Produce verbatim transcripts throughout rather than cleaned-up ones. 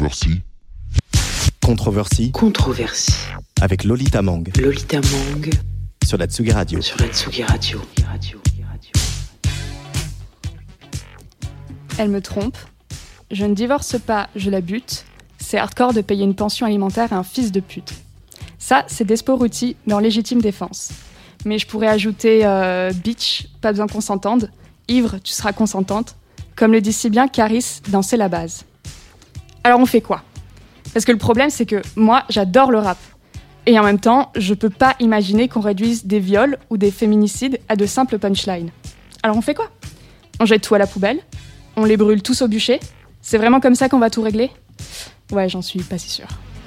Controversie. Controversie. Controversie. Avec Lolita Mang. Lolita Mang. Sur la Tsugi Radio. Sur la Tsugi Radio. Radio. Radio. Elle me trompe. Je ne divorce pas, je la bute. C'est hardcore de payer une pension alimentaire à un fils de pute. Ça, c'est Despo Ruti dans Légitime Défense. Mais je pourrais ajouter euh, bitch, pas besoin qu'on s'entende. Ivre, tu seras consentante. Comme le dit si bien Caris dans C'est la base. Alors on fait quoi ? Parce que le problème, c'est que moi, j'adore le rap. Et en même temps, je peux pas imaginer qu'on réduise des viols ou des féminicides à de simples punchlines. Alors on fait quoi ? On jette tout à la poubelle ? On les brûle tous au bûcher ? C'est vraiment comme ça qu'on va tout régler ? Ouais, j'en suis pas si sûre.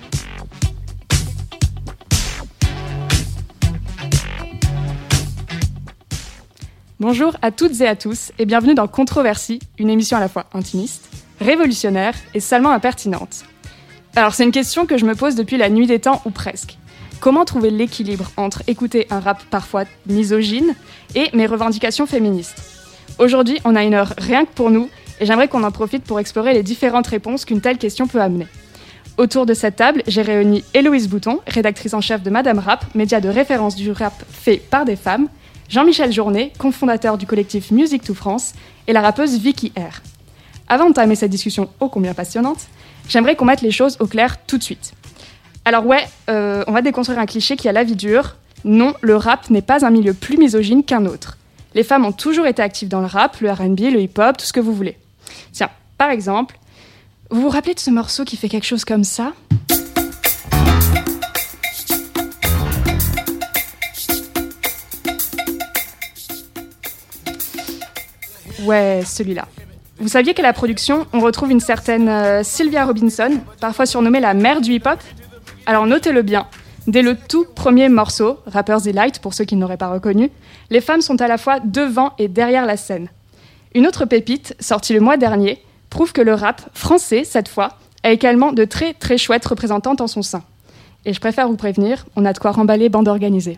Bonjour à toutes et à tous et bienvenue dans Controversie, une émission à la fois intimiste, révolutionnaire et salement impertinente. Alors c'est une question que je me pose depuis la nuit des temps ou presque. Comment trouver l'équilibre entre écouter un rap parfois misogyne et mes revendications féministes ? Aujourd'hui, on a une heure rien que pour nous et j'aimerais qu'on en profite pour explorer les différentes réponses qu'une telle question peut amener. Autour de cette table, j'ai réuni Héloïse Bouton, rédactrice en chef de Madame Rap, média de référence du rap fait par des femmes, Jean-Michel Journet, cofondateur du collectif Musique to France, et la rappeuse Vicky R. Avant d'entamer cette discussion ô combien passionnante, j'aimerais qu'on mette les choses au clair tout de suite. Alors ouais, euh, on va déconstruire un cliché qui a la vie dure. Non, le rap n'est pas un milieu plus misogyne qu'un autre. Les femmes ont toujours été actives dans le rap, le R and B, le hip-hop, tout ce que vous voulez. Tiens, par exemple, vous vous rappelez de ce morceau qui fait quelque chose comme ça ? Ouais, celui-là. Vous saviez qu'à la production, on retrouve une certaine euh, Sylvia Robinson, parfois surnommée la mère du hip-hop ? Alors notez-le bien, dès le tout premier morceau, Rapper's Delight pour ceux qui n'auraient pas reconnu, les femmes sont à la fois devant et derrière la scène. Une autre pépite, sortie le mois dernier, prouve que le rap, français cette fois, a également de très très chouettes représentantes en son sein. Et je préfère vous prévenir, on a de quoi remballer bande organisée.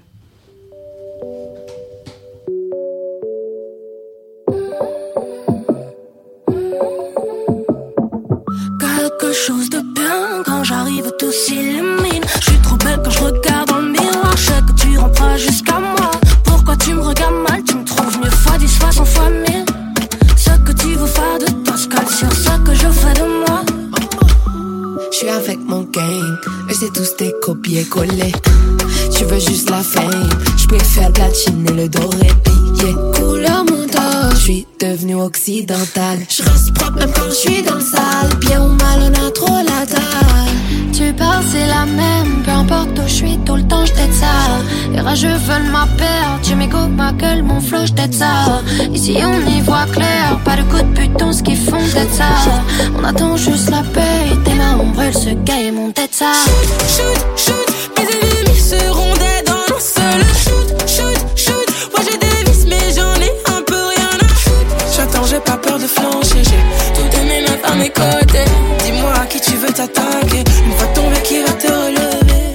Quelque chose de bien, quand j'arrive tout s'illumine. Je suis trop belle quand je regarde dans le miroir. Je sais que tu rentres jusqu'à moi. Pourquoi tu me regardes mal? Tu me trouves mieux fois dix, fois cent, fois mille. Ce que tu veux faire de toi, je cale sur ce que je fais de moi. Je suis avec mon gang, eux c'est tous des copier-coller. Tu veux juste la fame, je préfère platiner le doré billet. Couleur mon dos, je suis devenue occidentale. Je reste propre même quand je suis dans le sale. Bien ou mal on a trop la dalle. Tu pars c'est la même, peu importe où je suis, tout le temps je t'aide ça. Les rageux veulent ma perte, j'ai mes go, ma gueule, mon flow, je t'aide ça. Ici on y voit clair, pas de coup de putain, ce qu'ils font d'être ça. On attend juste la paix, tes mains on brûle ce gars et mon tête ça. Shoot, shoot, shoot, mes ennemis seront dead dans un seul. Shoot, shoot, shoot, ouais j'ai des vices mais j'en ai un peu rien à foutre. J'attends, j'ai pas peur de flancher, j'ai toutes mes meufs à mes côtés. Dis-moi à qui tu veux t'attaquer, une fois tombé qui va te relever.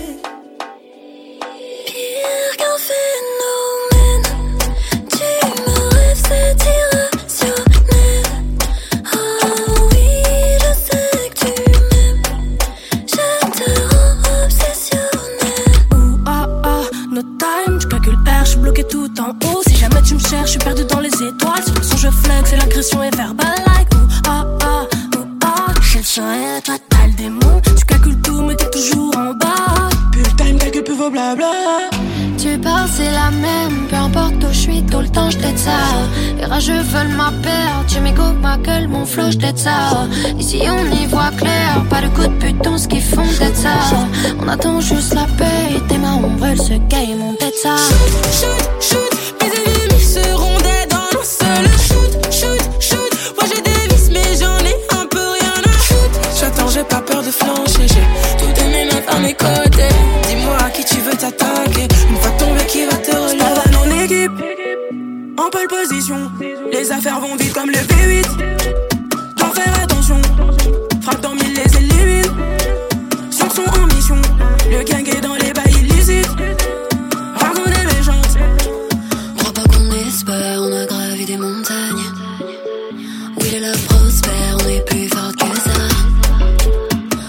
Pire qu'un phénomène, tu me rêves, c'est irrationnel. Oh oui, je sais que tu m'aimes, je te rends obsessionnel. Ouh ah ah, no time, je calcule R, je suis bloqué tout en haut. Si jamais tu me cherches, je suis perdu dans les étoiles. Sur le son je flex et l'agression est verbale like. Ouh ah ah, ouh ah, j'ai le chien et toi t'as le démon. Tu calcules tout mais t'es toujours en bas. Putain, calcule plus vos blabla. Tu pars c'est la même, peu importe où je suis, tout le temps je t'aide ça. Les rageux veulent ma perte, j'ai mes go, ma gueule, mon flow, je t'aide ça. Ici on y voit clair, pas de coup de putain, ce qu'ils font d'être ça. On attend juste la paix, tes mains on brûle ce gars et mon tête ça. Shoot, shoot, mes ennemis seront dead dans un seul. Shoot, shoot, shoot, ouais j'ai des vices mais j'en ai un peu rien à foutre. J'attends, j'ai pas peur de flancher, j'ai toutes mes meufs à mes côtés. Dis-moi à qui tu veux t'attaquer, une fois tombé qui va te relever. J'pars dans l'équipe, en pole position. Les affaires vont vite comme le V huit. J'en fais attention, frappe dans mille les élimine. Sur son en mission, le gang est dans les bails illicites. Raconter les gens. Crois pas qu'on espère, on a gravi des montagnes. Oui, la prospère, on est plus fort que ça.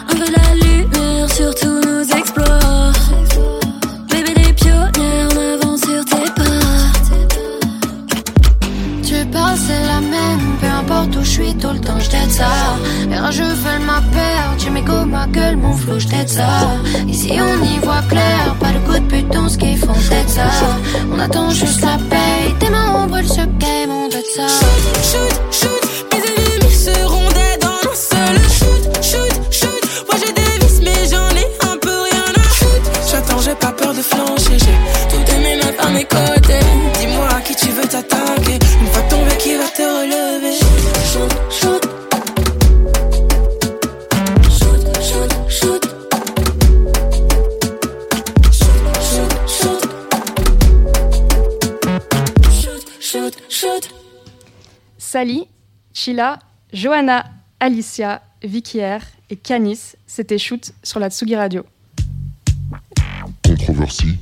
base c'est la même, peu importe où je suis, tout le temps j't'aide ça. Les rageux veulent ma perte, j'ai mes go, ma gueule, mon flow, j't'aide ça. Ici on y voit clair, pas de coup de pute dans ce qu'ils font, t'aide ça. On attend juste la paye, tes mains on brûle ce game, on t'aide ça. Shoot, shoot, shoot, mes ennemis seront dead en un seul shoot, shoot, shoot. Moi j'ai des vices mais j'en ai un peu rien à foutre. J'attends, j'ai pas peur de flancher, j'ai toutes mes meufs à mes côtés. Dis-moi à qui tu veux t'attaquer, une fois tombé qui va te relever. Shoot, shoot, shoot, shoot, shoot, shoot, shoot, shoot, shoot, shoot. Sally, Chila, Johanna, Alicia, Vicky R et Canis, c'était Shoot sur la Tsugi Radio. Controversie.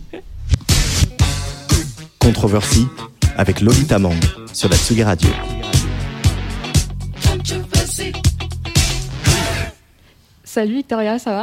Controversie avec Lolita Mang sur la Tsugi Radio. Salut Victoria, ça va ?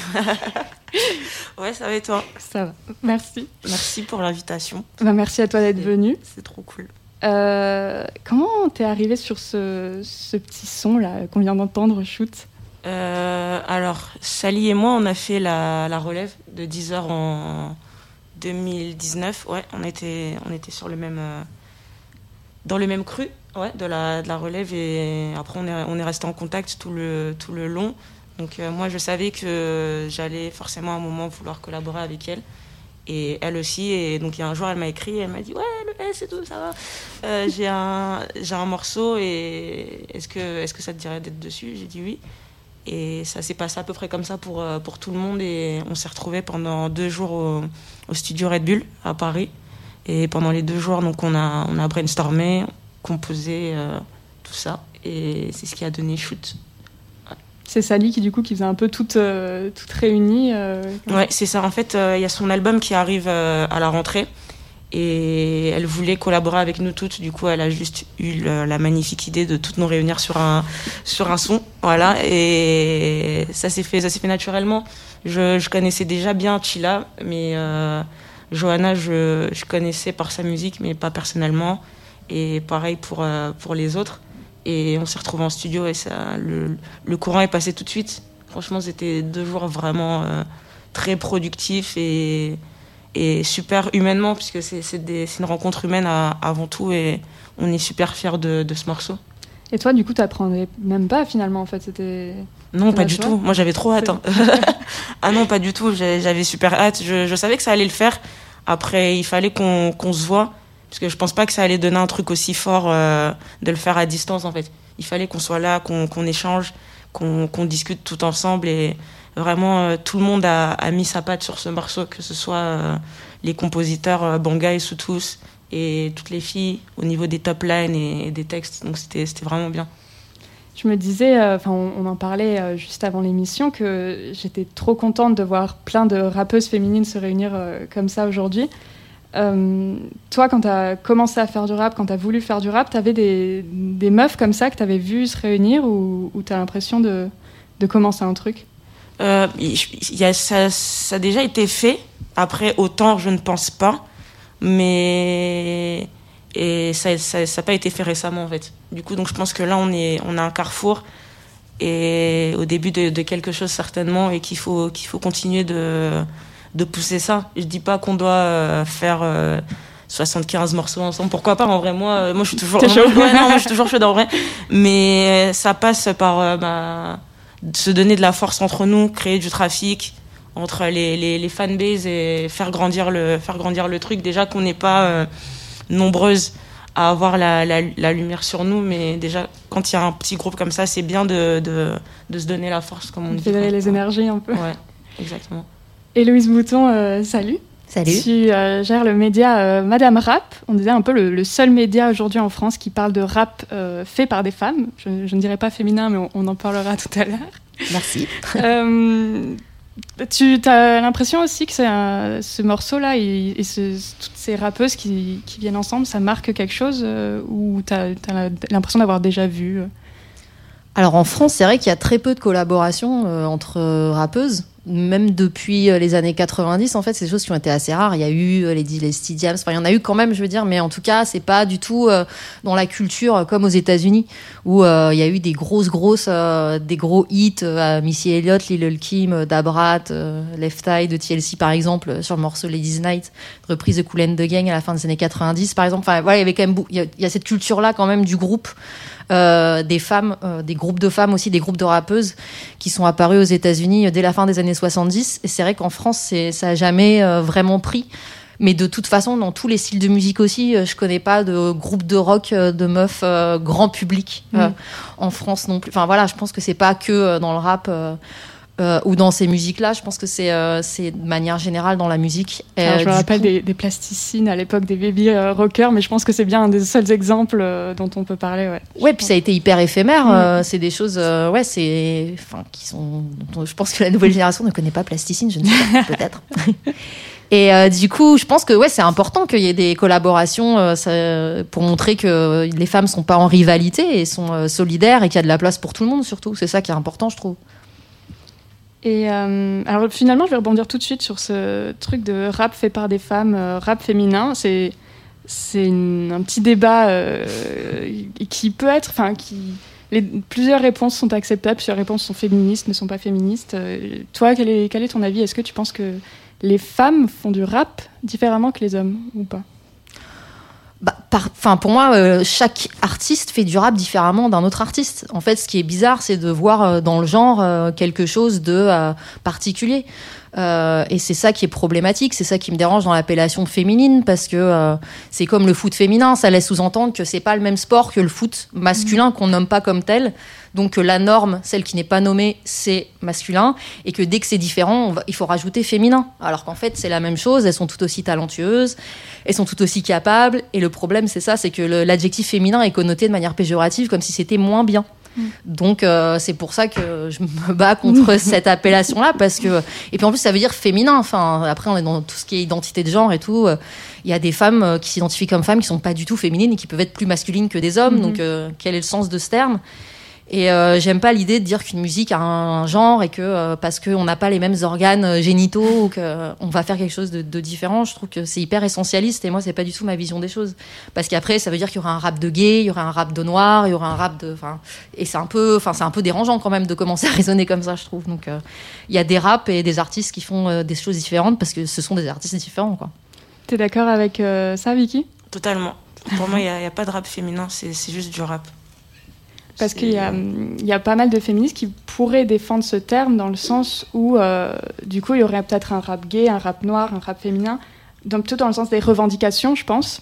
Ouais, ça va et toi ? Ça va, merci. Merci pour l'invitation. Bah, merci à toi d'être venue. C'est trop cool. Euh, comment t'es arrivée sur ce, ce petit son là qu'on vient d'entendre, Shoot ? Euh, alors, Sally et moi, on a fait la, la relève de dix heures en deux mille dix-neuf. Ouais, on était, on était sur le même, euh, dans le même cru, ouais, de la, de la relève. Et après, on est, on est resté en contact tout le, tout le long. Donc, euh, moi, je savais que j'allais forcément à un moment vouloir collaborer avec elle. Et elle aussi. Et donc, il y a un jour, elle m'a écrit. Elle m'a dit « Ouais, le S et tout, ça va. Euh, j'ai, un, j'ai un morceau. Et est-ce que, est-ce que ça te dirait d'être dessus ?» J'ai dit oui. Et ça s'est passé à peu près comme ça pour, pour tout le monde. Et on s'est retrouvés pendant deux jours au, au studio Red Bull à Paris. Et pendant les deux jours, donc, on a, on a brainstormé, composé, euh, tout ça. Et c'est ce qui a donné Shoot. Ouais. C'est Sally qui, du coup, qui faisait un peu toute, euh, toute réunie. Euh... Ouais, c'est ça. En fait, il euh, y a son album qui arrive euh, à la rentrée. Et elle voulait collaborer avec nous toutes. Du coup, elle a juste eu le, la magnifique idée de toutes nous réunir sur un, sur un son. Voilà. Et ça s'est fait, ça s'est fait naturellement. Je, je connaissais déjà bien Chila, mais euh, Johanna, je, je connaissais par sa musique, mais pas personnellement. Et pareil pour, euh, pour les autres. Et on s'est retrouvés en studio et ça, le, le courant est passé tout de suite. Franchement, c'était deux jours vraiment euh, très productifs et... et super humainement, puisque c'est, c'est, des, c'est une rencontre humaine à, avant tout, et on est super fiers de, de ce morceau. Et toi, du coup, t'apprenais même pas, finalement, en fait, c'était... Non, pas du tout. Moi, j'avais trop hâte. Hein. Ah non, pas du tout. J'avais super hâte. Je, je savais que ça allait le faire. Après, il fallait qu'on, qu'on se voit, parce que je pense pas que ça allait donner un truc aussi fort euh, de le faire à distance, en fait. Il fallait qu'on soit là, qu'on, qu'on échange, qu'on, qu'on discute tout ensemble, et... Vraiment, euh, tout le monde a, a mis sa patte sur ce morceau, que ce soit euh, les compositeurs euh, Banga et Soutous et toutes les filles au niveau des top lines et, et des textes. Donc c'était, c'était vraiment bien. Je me disais, enfin, euh, on, on en parlait euh, juste avant l'émission, que j'étais trop contente de voir plein de rappeuses féminines se réunir euh, comme ça aujourd'hui. Euh, toi, quand tu as commencé à faire du rap, quand tu as voulu faire du rap, tu avais des, des meufs comme ça que tu avais vues se réunir, ou, ou tu as l'impression de, de commencer un truc ? Euh, y a, ça, ça a déjà été fait. Après, autant, je ne pense pas. Mais et ça n'a ça, ça pas été fait récemment, en fait. Du coup, donc, je pense que là, on, est, on a un carrefour. Et au début de, de quelque chose, certainement. Et qu'il faut, qu'il faut continuer de, de pousser ça. Je ne dis pas qu'on doit faire... Euh, soixante-quinze morceaux ensemble, pourquoi pas, en vrai, moi, moi je suis toujours... T'es chaud. Ouais, non, moi, je suis toujours chaude, en vrai. Mais ça passe par... Euh, bah, se donner de la force entre nous, créer du trafic entre les, les, les fanbases et faire grandir le, faire grandir le truc. Déjà qu'on n'est pas euh, nombreuses à avoir la, la, la lumière sur nous, mais déjà, quand il y a un petit groupe comme ça, c'est bien de, de, de se donner la force, comme on dit. Fédérer les énergies un peu. Ouais, exactement. Héloïse Bouton, euh, salut. Salut. Tu euh, gères le média euh, Madame Rap. On disait un peu le, le seul média aujourd'hui en France qui parle de rap euh, fait par des femmes. Je, je ne dirais pas féminin, mais on, on en parlera tout à l'heure. Merci. euh, tu as l'impression aussi que c'est un, ce morceau-là et, et ce, toutes ces rappeuses qui, qui viennent ensemble, ça marque quelque chose euh, ou tu as l'impression d'avoir déjà vu euh... Alors en France, c'est vrai qu'il y a très peu de collaborations euh, entre rappeuses. même depuis les années quatre-vingt-dix, en fait, c'est des choses qui ont été assez rares. Il y a eu les, les Steve Diams, enfin, il y en a eu quand même, je veux dire, mais en tout cas, c'est pas du tout euh, dans la culture comme aux États-Unis, où euh, il y a eu des grosses, grosses, euh, des gros hits euh, Missy Elliott, Lil' Kim, Dabrat, euh, Left Eye de T L C, par exemple, sur le morceau Ladies Night, reprise de Kool and the Gang à la fin des années quatre-vingt-dix, par exemple. Enfin, voilà, il y avait quand même, il y a, il y a cette culture-là quand même du groupe. Euh, des femmes, euh, des groupes de femmes aussi, des groupes de rappeuses qui sont apparus aux États-Unis dès la fin des années soixante-dix. Et c'est vrai qu'en France, c'est, ça a jamais euh, vraiment pris. Mais de toute façon, dans tous les styles de musique aussi, euh, je connais pas de groupe de rock euh, de meufs euh, grand public euh, mmh. en France non plus. Enfin voilà, je pense que c'est pas que euh, dans le rap. Euh, Euh, ou dans ces musiques-là, je pense que c'est, euh, c'est de manière générale dans la musique. Alors, euh, je me rappelle coup... des, des plasticines à l'époque des baby euh, rockers, mais je pense que c'est bien un des seuls exemples euh, dont on peut parler. Ouais, ouais puis ça a été hyper éphémère. Mmh. Euh, c'est des choses, euh, ouais, c'est, enfin, qui sont. Dont je pense que la nouvelle génération ne connaît pas plasticine, je ne sais pas, peut-être. Et euh, du coup, je pense que ouais, c'est important qu'il y ait des collaborations euh, ça, pour montrer que les femmes sont pas en rivalité et sont euh, solidaires et qu'il y a de la place pour tout le monde, surtout. C'est ça qui est important, je trouve. Et euh, alors finalement, je vais rebondir tout de suite sur ce truc de rap fait par des femmes, euh, rap féminin. C'est c'est une, un petit débat euh, qui peut être, enfin qui les, plusieurs réponses sont acceptables, plusieurs réponses sont féministes, ne sont pas féministes. Euh, toi, quel est quel est ton avis ? Est-ce que tu penses que les femmes font du rap différemment que les hommes ou pas ? Bah, par, enfin, pour moi, euh, chaque artiste fait du rap différemment d'un autre artiste. En fait, ce qui est bizarre, c'est de voir euh, dans le genre euh, quelque chose de euh, particulier. Euh, et c'est ça qui est problématique, c'est ça qui me dérange dans l'appellation féminine, parce que euh, c'est comme le foot féminin, ça laisse sous-entendre que c'est pas le même sport que le foot masculin, qu'on nomme pas comme tel. Donc la norme, celle qui n'est pas nommée, c'est masculin, et que dès que c'est différent, on va, il faut rajouter féminin. Alors qu'en fait, c'est la même chose, elles sont tout aussi talentueuses, elles sont tout aussi capables, et le problème, c'est ça, c'est que le, l'adjectif féminin est connoté de manière péjorative, comme si c'était moins bien. Donc euh, c'est pour ça que je me bats contre cette appellation-là, parce que et puis en plus ça veut dire féminin. Enfin après on est dans tout ce qui est identité de genre et tout. Il y a des femmes qui s'identifient comme femmes qui sont pas du tout féminines et qui peuvent être plus masculines que des hommes. Mm-hmm. Donc euh, quel est le sens de ce terme ? Et euh, j'aime pas l'idée de dire qu'une musique a un, un genre et que euh, parce qu'on n'a pas les mêmes organes génitaux ou qu'on va faire quelque chose de, de différent. Je trouve que c'est hyper essentialiste et moi c'est pas du tout ma vision des choses. Parce qu'après ça veut dire qu'il y aura un rap de gay, il y aura un rap de noir, il y aura un rap de, enfin, et c'est un peu, enfin c'est un peu dérangeant quand même de commencer à raisonner comme ça, je trouve. Donc il euh, y a des raps et des artistes qui font euh, des choses différentes parce que ce sont des artistes différents, quoi. T'es d'accord avec euh, ça, Vicky ? Totalement. Pour moi il y, y a pas de rap féminin, c'est, c'est juste du rap. Parce qu'il y a, il y a pas mal de féministes qui pourraient défendre ce terme dans le sens où, euh, du coup, il y aurait peut-être un rap gay, un rap noir, un rap féminin, donc plutôt dans le sens des revendications, je pense.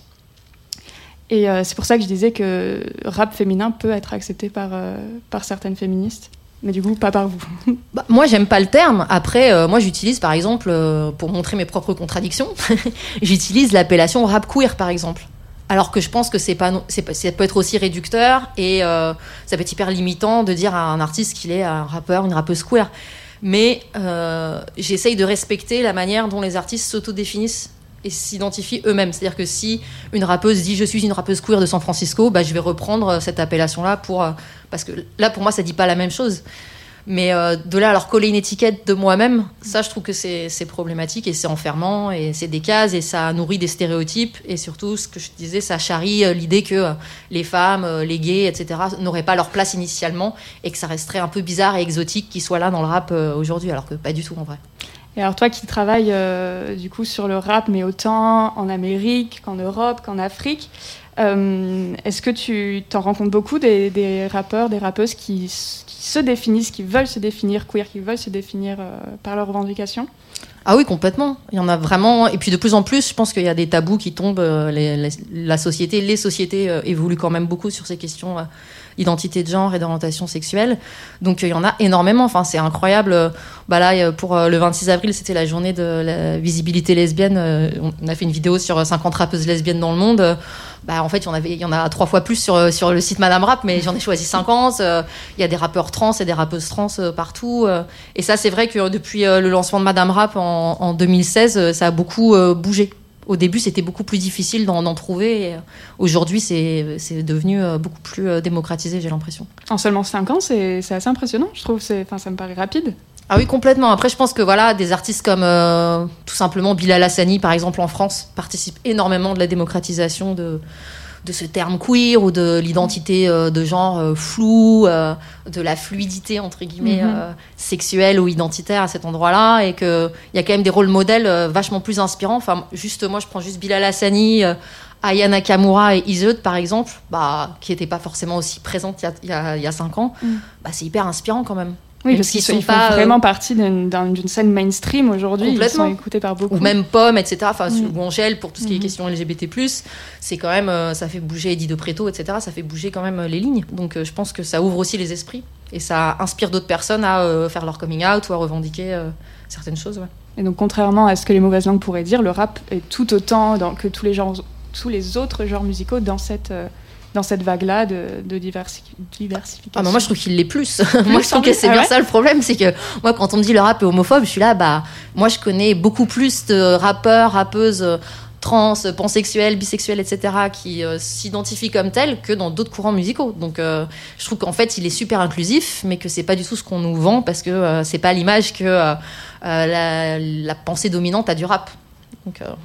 Et euh, c'est pour ça que je disais que rap féminin peut être accepté par, euh, par certaines féministes, mais du coup, pas par vous. Bah, moi, j'aime pas le terme. Après, euh, moi, j'utilise, par exemple, euh, pour montrer mes propres contradictions, j'utilise l'appellation rap queer, par exemple. Alors que je pense que c'est pas, c'est pas, ça peut être aussi réducteur et euh, ça peut être hyper limitant de dire à un artiste qu'il est un rappeur, une rappeuse queer. Mais euh, j'essaye de respecter la manière dont les artistes s'autodéfinissent et s'identifient eux-mêmes. C'est-à-dire que si une rappeuse dit « je suis une rappeuse queer de San Francisco », bah, je vais reprendre cette appellation-là pour, euh, parce que là, pour moi, ça dit pas la même chose. Mais euh, de là à leur coller une étiquette de moi-même, ça je trouve que c'est, c'est problématique et c'est enfermant et c'est des cases et ça nourrit des stéréotypes et surtout ce que je disais, ça charrie euh, l'idée que euh, les femmes, euh, les gays, et cetera n'auraient pas leur place initialement et que ça resterait un peu bizarre et exotique qu'ils soient là dans le rap euh, aujourd'hui, alors que pas du tout en vrai. Et alors toi qui travailles euh, du coup sur le rap, mais autant en Amérique qu'en Europe, qu'en Afrique, euh, est-ce que tu t'en rends compte beaucoup des, des rappeurs, des rappeuses qui, qui se définissent, qui veulent se définir queer, qui veulent se définir euh, par leurs revendications ? Ah oui, complètement. Il y en a vraiment. Et puis de plus en plus, je pense qu'il y a des tabous qui tombent. Les, les, la société, les sociétés euh, évoluent quand même beaucoup sur ces questions euh, d'identité de genre et d'orientation sexuelle. Donc il y en a énormément. Enfin, c'est incroyable. Bah là, pour le vingt-six avril, c'était la journée de la visibilité lesbienne. On a fait une vidéo sur cinquante rappeuses lesbiennes dans le monde. Bah, en fait, il y en avait, il y en a trois fois plus sur, sur le site Madame Rap, mais j'en ai choisi cinquante. Il y a des rappeurs trans et des rappeuses trans partout. Et ça, c'est vrai que depuis le lancement de Madame Rap en, en deux mille seize, ça a beaucoup bougé. Au début, c'était beaucoup plus difficile d'en, d'en trouver. Et aujourd'hui, c'est, c'est devenu beaucoup plus démocratisé, j'ai l'impression. En seulement cinq ans, c'est, c'est assez impressionnant, je trouve. C'est, enfin, ça me paraît rapide. Ah oui, complètement. Après, je pense que voilà, des artistes comme euh, tout simplement Bilal Hassani, par exemple, en France, participent énormément de la démocratisation de, de ce terme queer ou de l'identité euh, de genre euh, floue, euh, de la fluidité, entre guillemets, Mhm. euh, sexuelle ou identitaire à cet endroit-là. Et qu'il y a quand même des rôles modèles euh, vachement plus inspirants. Enfin, juste, moi, je prends juste Bilal Hassani, euh, Aya Nakamura et Iseut, par exemple, bah, qui n'étaient pas forcément aussi présentes il y a, il y a, il y a cinq ans. Mm. Bah, c'est hyper inspirant quand même. Oui, Même parce s'ils qu'ils sont, sont ils font pas, euh, vraiment partie d'une, d'un- d'une scène mainstream aujourd'hui. Ils Complètement. sont écoutés par beaucoup. Ou même Pomme, et cetera. Enfin, Mm. ou Angèle pour tout ce qui est Mhm. question L G B T plus, c'est quand même, euh, ça fait bouger Eddie de Pretto, et cetera. Ça fait bouger quand même euh, les lignes. Donc, euh, je pense que ça ouvre aussi les esprits et ça inspire d'autres personnes à euh, faire leur coming out ou à revendiquer euh, certaines choses. Ouais. Et donc, contrairement à ce que les mauvaises langues pourraient dire, le rap est tout autant dans, que tous les, genres, tous les autres genres musicaux dans cette, euh, dans cette vague-là de, de diversi- diversification. Ah, bah, moi, je trouve qu'il l'est plus. moi, je trouve que c'est Ah bien ouais ça le problème. C'est que moi, quand on me dit le rap est homophobe, je suis là, bah, moi, je connais beaucoup plus de rappeurs, rappeuses euh, trans, pansexuels, bisexuels, et cetera, qui euh, s'identifient comme tels que dans d'autres courants musicaux. Donc, euh, je trouve qu'en fait, il est super inclusif, mais que c'est pas du tout ce qu'on nous vend parce que euh, c'est pas l'image que euh, euh, la, la pensée dominante a du rap. Donc, euh,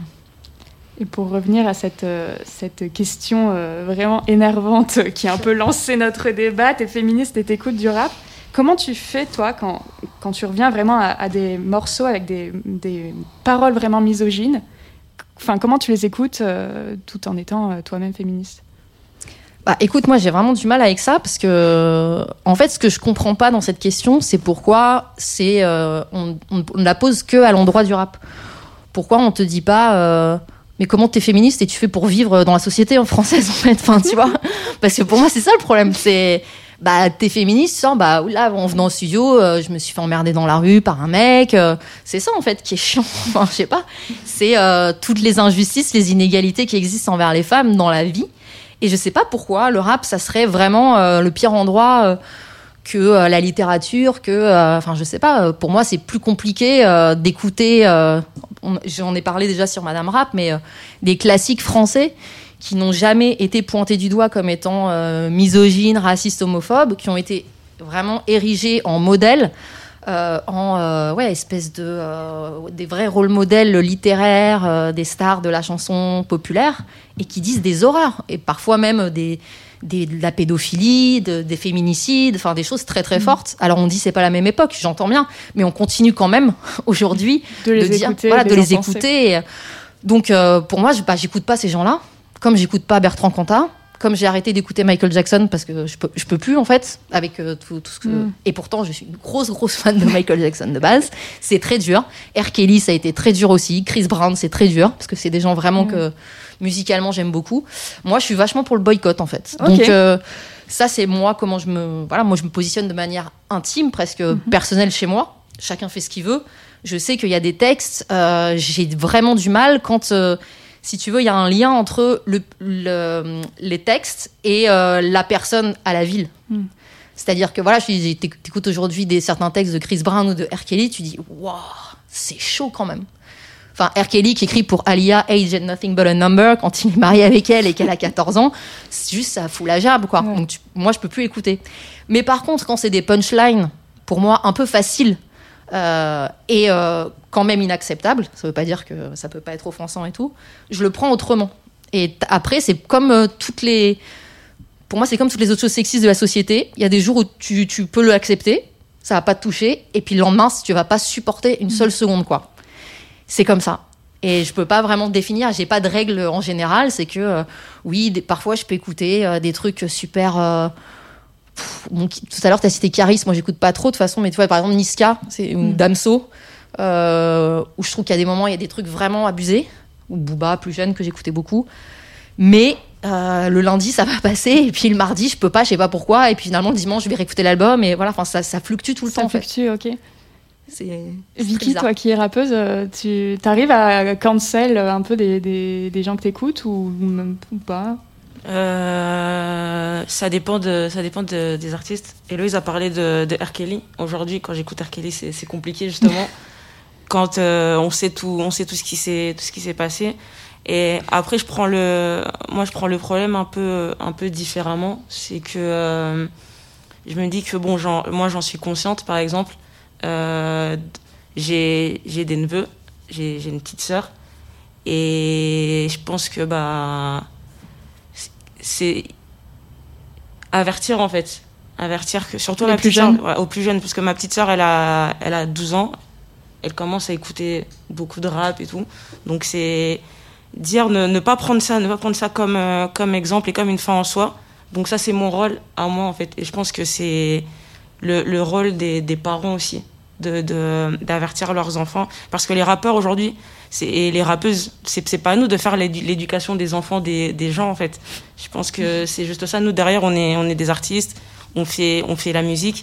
Et pour revenir à cette, euh, cette question euh, vraiment énervante qui a un peu lancé notre débat, t'es féministe et t'écoutes du rap. Comment tu fais, toi, quand, quand tu reviens vraiment à, à des morceaux avec des, des paroles vraiment misogynes? Enfin, comment tu les écoutes euh, tout en étant euh, toi-même féministe? Bah, écoute, moi j'ai vraiment du mal avec ça parce que, en fait, ce que je comprends pas dans cette question, c'est pourquoi c'est, euh, on, on, on ne la pose que à l'endroit du rap. Pourquoi on te dit pas, euh, mais comment t'es féministe et tu fais pour vivre dans la société en française en fait, enfin tu vois? Parce que pour moi c'est ça le problème, c'est bah t'es féministe sans bah là en venant au studio, euh, je me suis fait emmerder dans la rue par un mec, euh, c'est ça en fait qui est chiant. Enfin je sais pas, c'est euh, toutes les injustices, les inégalités qui existent envers les femmes dans la vie. Et je sais pas pourquoi le rap, ça serait vraiment euh, le pire endroit euh, que euh, la littérature, que, euh, enfin, je sais pas. Euh, pour moi, c'est plus compliqué euh, d'écouter. Euh, on, j'en ai parlé déjà sur Madame Rap, mais euh, des classiques français qui n'ont jamais été pointés du doigt comme étant euh, misogynes, racistes, homophobes, qui ont été vraiment érigés en modèles. Euh, en euh, ouais, espèce de euh, des vrais rôles modèles littéraires, euh, des stars de la chanson populaire, et qui disent des horreurs et parfois même des, des de la pédophilie, de, des féminicides, enfin des choses très très fortes. Alors on dit c'est pas la même époque, j'entends bien, mais on continue quand même aujourd'hui De les de dire écouter, voilà, de de les les encenser. écouter. Et, donc euh, pour moi, je, bah, j'écoute pas ces gens-là, comme j'écoute pas Bertrand Cantat. Comme j'ai arrêté d'écouter Michael Jackson parce que je peux, je peux plus en fait avec euh, tout, tout ce que Mm. et pourtant je suis une grosse grosse fan de Michael Jackson de base. C'est très dur. R. Kelly ça a été très dur aussi. Chris Brown c'est très dur parce que c'est des gens vraiment Mm. que musicalement j'aime beaucoup. Moi je suis vachement pour le boycott en fait. Ok. Donc euh, ça c'est moi comment je me voilà moi je me positionne de manière intime presque personnelle chez moi. Chacun fait ce qu'il veut. Je sais qu'il y a des textes euh, j'ai vraiment du mal quand euh, si tu veux, il y a un lien entre le, le- les textes et euh, la personne à la ville. Mm. C'est-à-dire que voilà, je dis, t'éc- t'écoutes aujourd'hui des, certains textes de Chris Brown ou de R. Kelly, tu dis, waouh, c'est chaud quand même. Enfin, R. Kelly qui écrit pour Aaliyah, Age and Nothing But a Number, quand il est marié avec elle et qu'elle a quatorze ans, c'est juste, ça fout la gerbe, quoi. Ouais. Donc, tu- moi, je peux plus écouter. Mais par contre, quand c'est des punchlines, pour moi, un peu faciles, euh, et euh, quand même inacceptable, ça veut pas dire que ça peut pas être offensant et tout, je le prends autrement. Et t- après, c'est comme euh, toutes les... Pour moi, c'est comme toutes les autres choses sexistes de la société. Il y a des jours où tu, tu peux l'accepter, ça va pas te toucher, et puis le lendemain, tu vas pas supporter une seule seconde, quoi. C'est comme ça. Et je peux pas vraiment définir, j'ai pas de règle en général, c'est que, euh, oui, des- parfois, je peux écouter euh, des trucs super... euh, pff, bon, qui- tout à l'heure, tu as cité Caris, moi, j'écoute pas trop de toute façon, mais tu vois, par exemple, Niska, c'est une Mm. Damso, euh, où je trouve qu'il y a des moments, il y a des trucs vraiment abusés, ou Booba, plus jeune, que j'écoutais beaucoup. Mais euh, le lundi, ça va passer, et puis le mardi, je peux pas, je sais pas pourquoi, et puis finalement, le dimanche, je vais réécouter l'album, et voilà, enfin, ça, ça fluctue tout le Ça temps, en fait. fluctue, ok. C'est c'est très Vicky, bizarre. toi qui es rappeuse, euh, tu arrives à cancel un peu des, des, des gens que t'écoutes ou, même- ou pas? Euh, ça dépend, de, ça dépend de- des artistes. Héloïse a parlé de, de R. Kelly. Aujourd'hui, quand j'écoute R. Kelly, c'est, c'est compliqué justement. quand euh, on sait tout, on sait tout ce qui s'est, tout ce qui s'est passé. Et après, je prends le, moi, je prends le problème un peu, un peu différemment. C'est que euh, je me dis que bon, j'en, moi, j'en suis consciente, par exemple. Euh, j'ai, j'ai des neveux, j'ai, j'ai une petite sœur. Et je pense que bah, c'est avertir en fait. Avertir que, surtout les ma plus petite sœur, jeunes. ouais, aux plus jeunes, parce que ma petite sœur, elle a, elle a douze ans. Elle commence à écouter beaucoup de rap et tout. Donc c'est dire ne, ne pas prendre ça, ne pas prendre ça comme, euh, comme exemple et comme une fin en soi. Donc ça, c'est mon rôle à moi, en fait. Et je pense que c'est le, le rôle des, des parents aussi, de, de, d'avertir leurs enfants. Parce que les rappeurs, aujourd'hui, c'est, et les rappeuses, c'est, c'est pas à nous de faire l'édu- l'éducation des enfants des, des gens, en fait. Je pense que c'est juste ça. Nous, derrière, on est, on est des artistes, on fait, on fait la musique.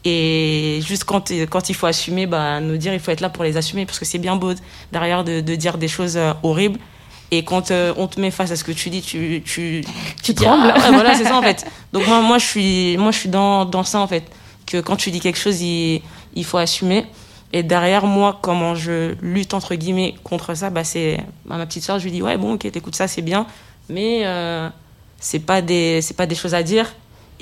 Et juste quand, quand il faut assumer, bah, nous dire, il faut être là pour les assumer. Parce que c'est bien beau derrière de, de dire des choses euh, horribles. Et quand euh, on te met face à ce que tu dis, tu, tu, Tu dis, trembles. ah, ouais, voilà, c'est ça en fait. Donc moi, moi je suis, moi, je suis dans, dans ça en fait. Que quand tu dis quelque chose, il, il faut assumer. Et derrière moi, comment je lutte entre guillemets contre ça, bah, c'est bah, ma petite sœur, je lui dis, ouais, bon, ok, t'écoutes ça, c'est bien. Mais euh, c'est pas des, c'est pas des choses à dire.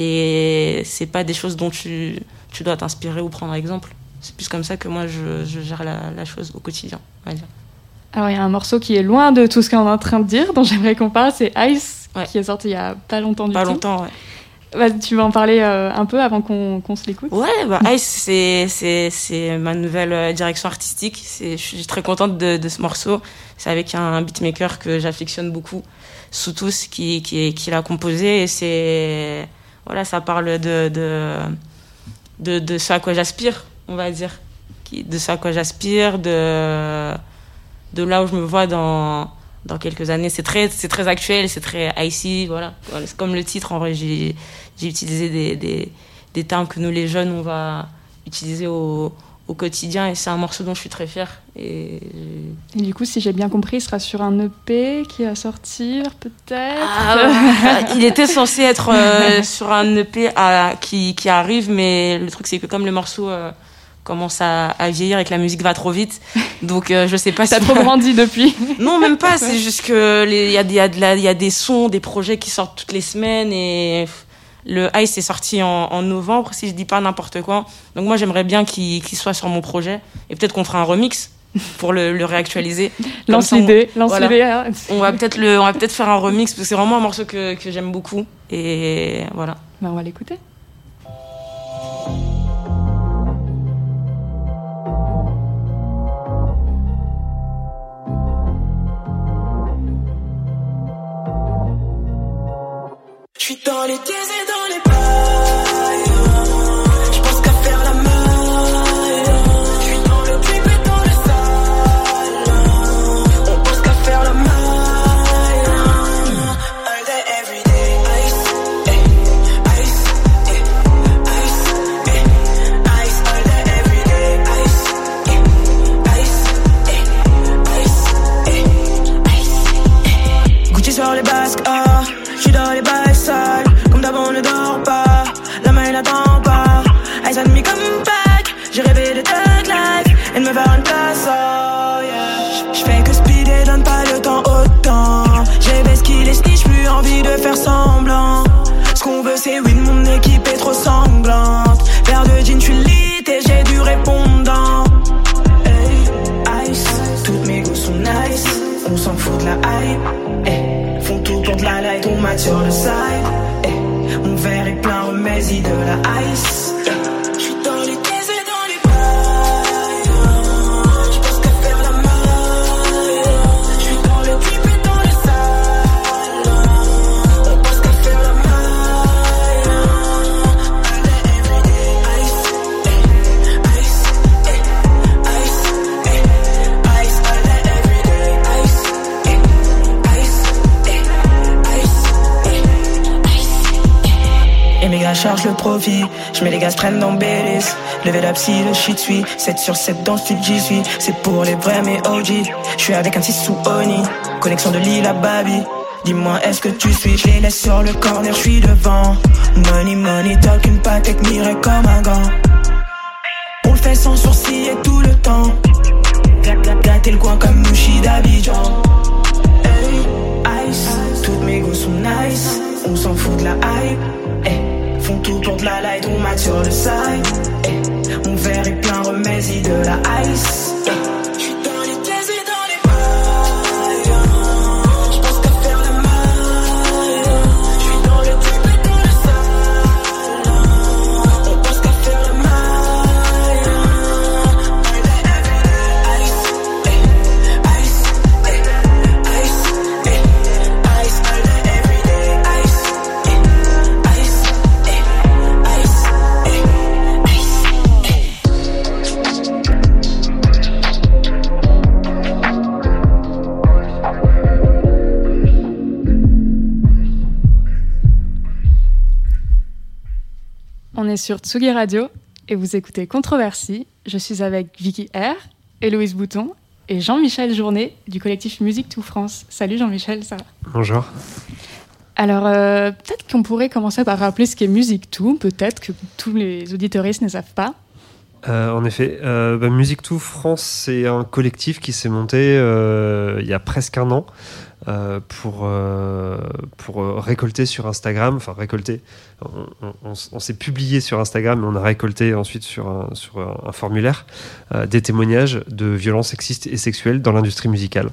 Et c'est pas des choses dont tu, tu dois t'inspirer ou prendre exemple. C'est plus comme ça que moi, je, je gère la, la chose au quotidien, on va dire. Alors, il y a un morceau qui est loin de tout ce qu'on est en train de dire, dont j'aimerais qu'on parle, c'est Ice, Ouais. qui est sorti il y a pas longtemps du Pas tout. longtemps, ouais. Bah, tu vas en parler euh, un peu avant qu'on, qu'on se l'écoute. Ouais, bah Ice, c'est, c'est, c'est ma nouvelle euh, direction artistique. C'est, je suis très contente de, de ce morceau. C'est avec un beatmaker que j'affectionne beaucoup, Soutous, qui, qui, qui l'a composé. Et c'est, voilà, ça parle de, de, de, de ce à quoi j'aspire, on va dire. Qui, de ce à quoi j'aspire, de, de là où je me vois dans, dans quelques années. C'est très, c'est très actuel, c'est très icy, voilà. Voilà, c'est comme le titre, en vrai, j'ai, j'ai utilisé des, des, des termes que nous, les jeunes, on va utiliser au, au quotidien. Et c'est un morceau dont je suis très fière. Et, Et du coup, si j'ai bien compris, il sera sur un E P qui va sortir, peut-être. ah, ouais. Il était censé être euh, sur un E P à, qui, qui arrive, mais le truc, c'est que comme le morceau euh, commence à, à vieillir et que la musique va trop vite, donc euh, je sais pas si... T'as trop grandi depuis. Non, même pas. C'est juste que il y a, y, a de la- y a des sons, des projets qui sortent toutes les semaines. Et le Ice est sorti en, en novembre, si je dis pas n'importe quoi. Donc moi, j'aimerais bien qu'il, qu'il soit sur mon projet. Et peut-être qu'on fera un remix pour le, le réactualiser. Comme Lance ça, on- l'idée, lance voilà. l'idée. hein. On va peut-être le, on va peut-être faire un remix parce que c'est vraiment un morceau que, que j'aime beaucoup. Et voilà. Bah, on va l'écouter. J'suis dans les dièses et dans les bails. J'pense qu'à faire la maille. J'suis dans le clip et dans le sale. On pense qu'à faire la maille. All day, every day. Ice, eh, ice, eh, ice, eh, ice. All day, every day. Ice, eh, ice, eh, ice, eh, ice. Gucci sur les basques, ah. J'suis dans les bails sales, comme d'hab on ne dort pas. La main n'attend pas. Eyes on me come back. J'ai rêvé de thug life et de me faire une place, oh yeah. J'fais que speeder, donne pas le temps autant. J'ai basculé les snitch, plus envie de faire semblant. Ce qu'on veut c'est win, mon équipe est trop sanglante. Paire de jeans, j'suis lit et j'ai du répondant. Hey, ice, toutes mes goûts sont nice. On s'en fout de la hype, hey. Font tout pour de la light, on mate sur le side. Eh, mon verre est plein, remets-y de la ice. Eh, j'suis dans les thèses et dans les bails. J'pense qu'à faire la maille. J'suis dans le clip et dans le sale. On pense qu'à faire la maille. All day, every day. Ice, eh, ice, eh, ice, eh, ice. All day, every day. Ice, eh, ice. Et mes gars chargent le profit, je mets les gaz prennent dans Bélis. Level up si le shit suit, sept sur sept dans le studio j'y suis. C'est pour les vrais mais O G, je suis avec un six sous Oni. Connexion de Lille à Babi, dis-moi est-ce que tu suis. Je les laisse sur le corner, je suis devant. Money money talk, une patek mirée comme un gant. On le fait sans sourcil et tout le temps. Gâter le coin comme Mouchi d'Abidjan. Hey, ice, toutes mes goûts sont nice. On s'en fout de la hype, eh. Font tout pour de la light, on mate sur le side, eh. Mon verre est plein, remets Messi de la ice. J'suis dans les pièces et dans les bails. J'pense qu'à faire le mal. J'suis dans le trip et dans le sale. On pense qu'à faire le mal. Ice, eh, ice, eh, ice, eh, ice, all day, every day. Ice, eh, ice, eh, ice, eh, ice, eh. On est sur Tsugi Radio et vous écoutez Controversie. Je suis avec Vicky R, Héloïse Bouton et Jean-Michel Journet du collectif Musique Tout France. Salut Jean-Michel, ça va? Bonjour. Alors, euh, peut-être qu'on pourrait commencer par rappeler ce qu'est Musique Tout. Peut-être que tous les auditeuristes ne savent pas. Euh, en effet, euh, bah, Musique Tout France, c'est un collectif qui s'est monté euh, il y a presque un an euh, pour, euh, pour euh, récolter sur Instagram, enfin récolter, on, on, on, on s'est publié sur Instagram, mais on a récolté ensuite sur un, sur un, un formulaire euh, des témoignages de violences sexistes et sexuelles dans l'industrie musicale.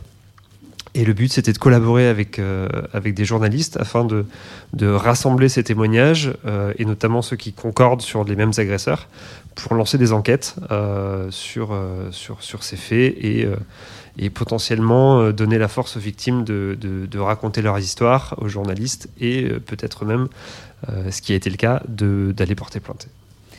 Et le but, c'était de collaborer avec, euh, avec des journalistes afin de, de rassembler ces témoignages, euh, et notamment ceux qui concordent sur les mêmes agresseurs, pour lancer des enquêtes euh, sur, euh, sur, sur ces faits et, euh, et potentiellement euh, donner la force aux victimes de, de, de raconter leurs histoires aux journalistes et euh, peut-être même, euh, ce qui a été le cas, de, d'aller porter plainte.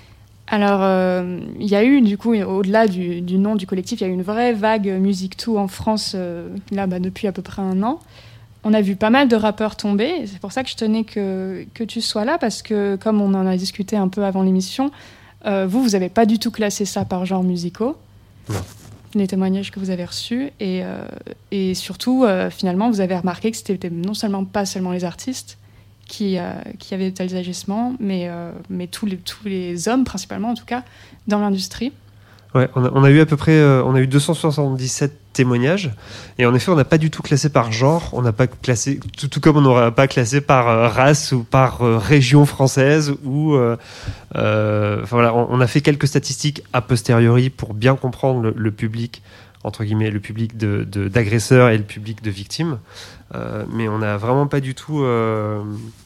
Alors, euh, il y a eu, du coup, au-delà du, du nom du collectif, il y a eu une vraie vague Musique Tout en France, euh, là, bah, depuis à peu près un an. On a vu pas mal de rappeurs tomber, et c'est pour ça que je tenais que, que tu sois là, parce que, comme on en a discuté un peu avant l'émission, euh, vous, vous n'avez pas du tout classé ça par genres musicaux, Non. les témoignages que vous avez reçus, et, euh, et surtout, euh, finalement, vous avez remarqué que c'était non seulement pas seulement les artistes, Qui, euh, qui avaient de tels agissements, mais, euh, mais tous, les, tous les hommes, principalement en tout cas, dans l'industrie. Ouais, on a, on a eu à peu près euh, on a eu deux cent soixante-dix-sept témoignages, et en effet on n'a pas du tout classé par genre, on n'a pas classé, tout, tout comme on n'aurait pas classé par euh, race ou par euh, région française, ou euh, euh, enfin, voilà, on, on a fait quelques statistiques a posteriori pour bien comprendre le, le public, entre guillemets, le public de, de, d'agresseurs et le public de victimes, euh, mais on n'a vraiment pas du tout euh,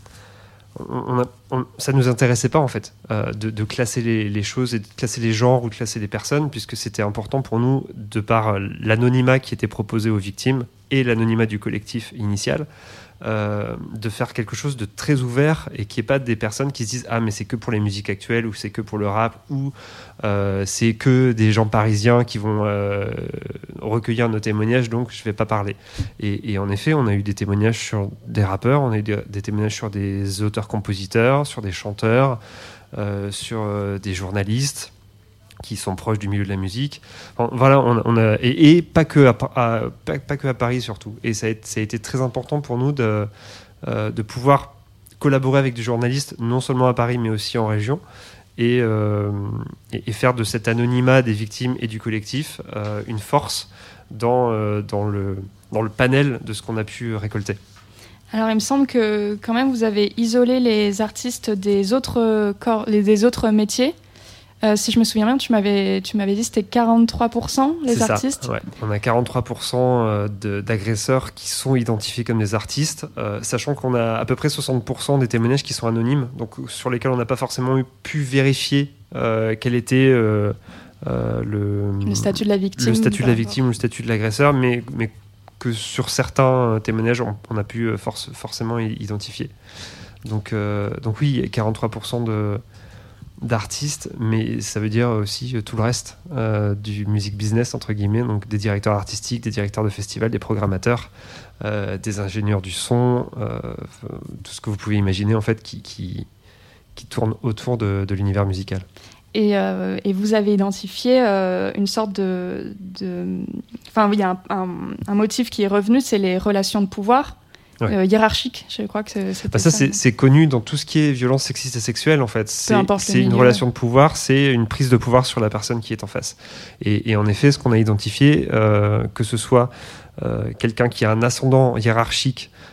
on a, on, ça nous intéressait pas en fait euh, de, de classer les, les choses et de classer les genres ou de classer les personnes, puisque c'était important pour nous, de par l'anonymat qui était proposé aux victimes et l'anonymat du collectif initial, euh, de faire quelque chose de très ouvert et qu'il n'y ait pas des personnes qui se disent ah mais c'est que pour les musiques actuelles, ou c'est que pour le rap, ou euh, c'est que des gens parisiens qui vont euh, recueillir nos témoignages, donc je ne vais pas parler. Et, et en effet, on a eu des témoignages sur des rappeurs, on a eu des, des témoignages sur des auteurs-compositeurs, sur des chanteurs, euh, sur euh, des journalistes qui sont proches du milieu de la musique. Enfin, voilà, on, on a, et, et pas, que à, à, pas, pas que à Paris surtout. Et ça a, été, ça a été très important pour nous de, euh, de pouvoir collaborer avec des journalistes, non seulement à Paris, mais aussi en région, et, euh, et, et faire de cet anonymat des victimes et du collectif euh, une force dans, euh, dans, le, dans le panel de ce qu'on a pu récolter. Alors, il me semble que quand même vous avez isolé les artistes des autres, corps, des autres métiers. Euh, si je me souviens bien, tu m'avais, tu m'avais dit que c'était quarante-trois pour cent les c'est artistes. Ça, ouais. On a quarante-trois pour cent de, d'agresseurs qui sont identifiés comme des artistes, euh, sachant qu'on a à peu près soixante pour cent des témoignages qui sont anonymes, donc sur lesquels on n'a pas forcément eu, pu vérifier euh, quel était euh, euh, le, le statut de la victime. Le statut de la victime ou le statut de l'agresseur, mais, mais que sur certains témoignages, on, on a pu force, forcément identifier. Donc, euh, donc oui, quarante-trois pour cent de... d'artistes, mais ça veut dire aussi tout le reste euh, du music business, entre guillemets, donc des directeurs artistiques, des directeurs de festivals, des programmateurs, euh, des ingénieurs du son, euh, tout ce que vous pouvez imaginer en fait qui, qui, qui tourne autour de, de l'univers musical. Et, euh, et vous avez identifié euh, une sorte de... de... Enfin, il y a un, un, un motif qui est revenu, c'est les relations de pouvoir. Ouais. Euh, hiérarchique, je crois que c'était bah ça, ça. C'est, c'est connu dans tout ce qui est violence sexiste et sexuelle, en fait. C'est, c'est une milieu, relation ouais. de pouvoir, c'est une prise de pouvoir sur la personne qui est en face. Et, et en effet, ce qu'on a identifié, euh, que ce soit euh, quelqu'un qui a un ascendant hiérarchique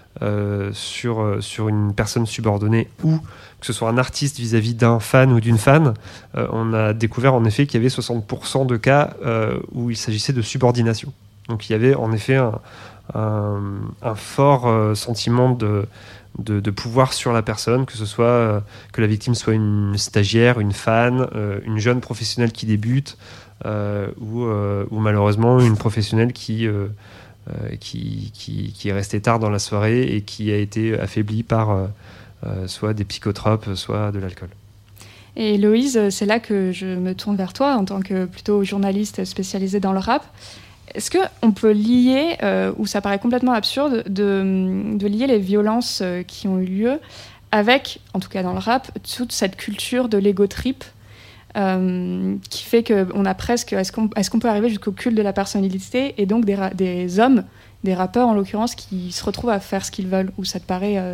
euh, sur, euh, sur une personne subordonnée ou que ce soit un artiste vis-à-vis d'un fan ou d'une fan, euh, on a découvert en effet qu'il y avait soixante pour cent de cas euh, où il s'agissait de subordination. Donc il y avait en effet un, un, un fort euh, sentiment de, de, de pouvoir sur la personne, que ce soit euh, que la victime soit une stagiaire, une fan, euh, une jeune professionnelle qui débute, euh, ou, euh, ou malheureusement une professionnelle qui, euh, euh, qui, qui, qui est restée tard dans la soirée et qui a été affaiblie par euh, euh, soit des psychotropes, soit de l'alcool. Et Loïse, c'est là que je me tourne vers toi en tant que plutôt journaliste spécialisée dans le rap. Est-ce qu'on peut lier, euh, ou ça paraît complètement absurde, de, de lier les violences euh, qui ont eu lieu avec, en tout cas dans le rap, toute cette culture de l'ego trip euh, qui fait qu'on a presque... Est-ce qu'on, est-ce qu'on peut arriver jusqu'au culte de la personnalité et donc des, ra- des hommes, des rappeurs en l'occurrence, qui se retrouvent à faire ce qu'ils veulent, ou ça te paraît euh,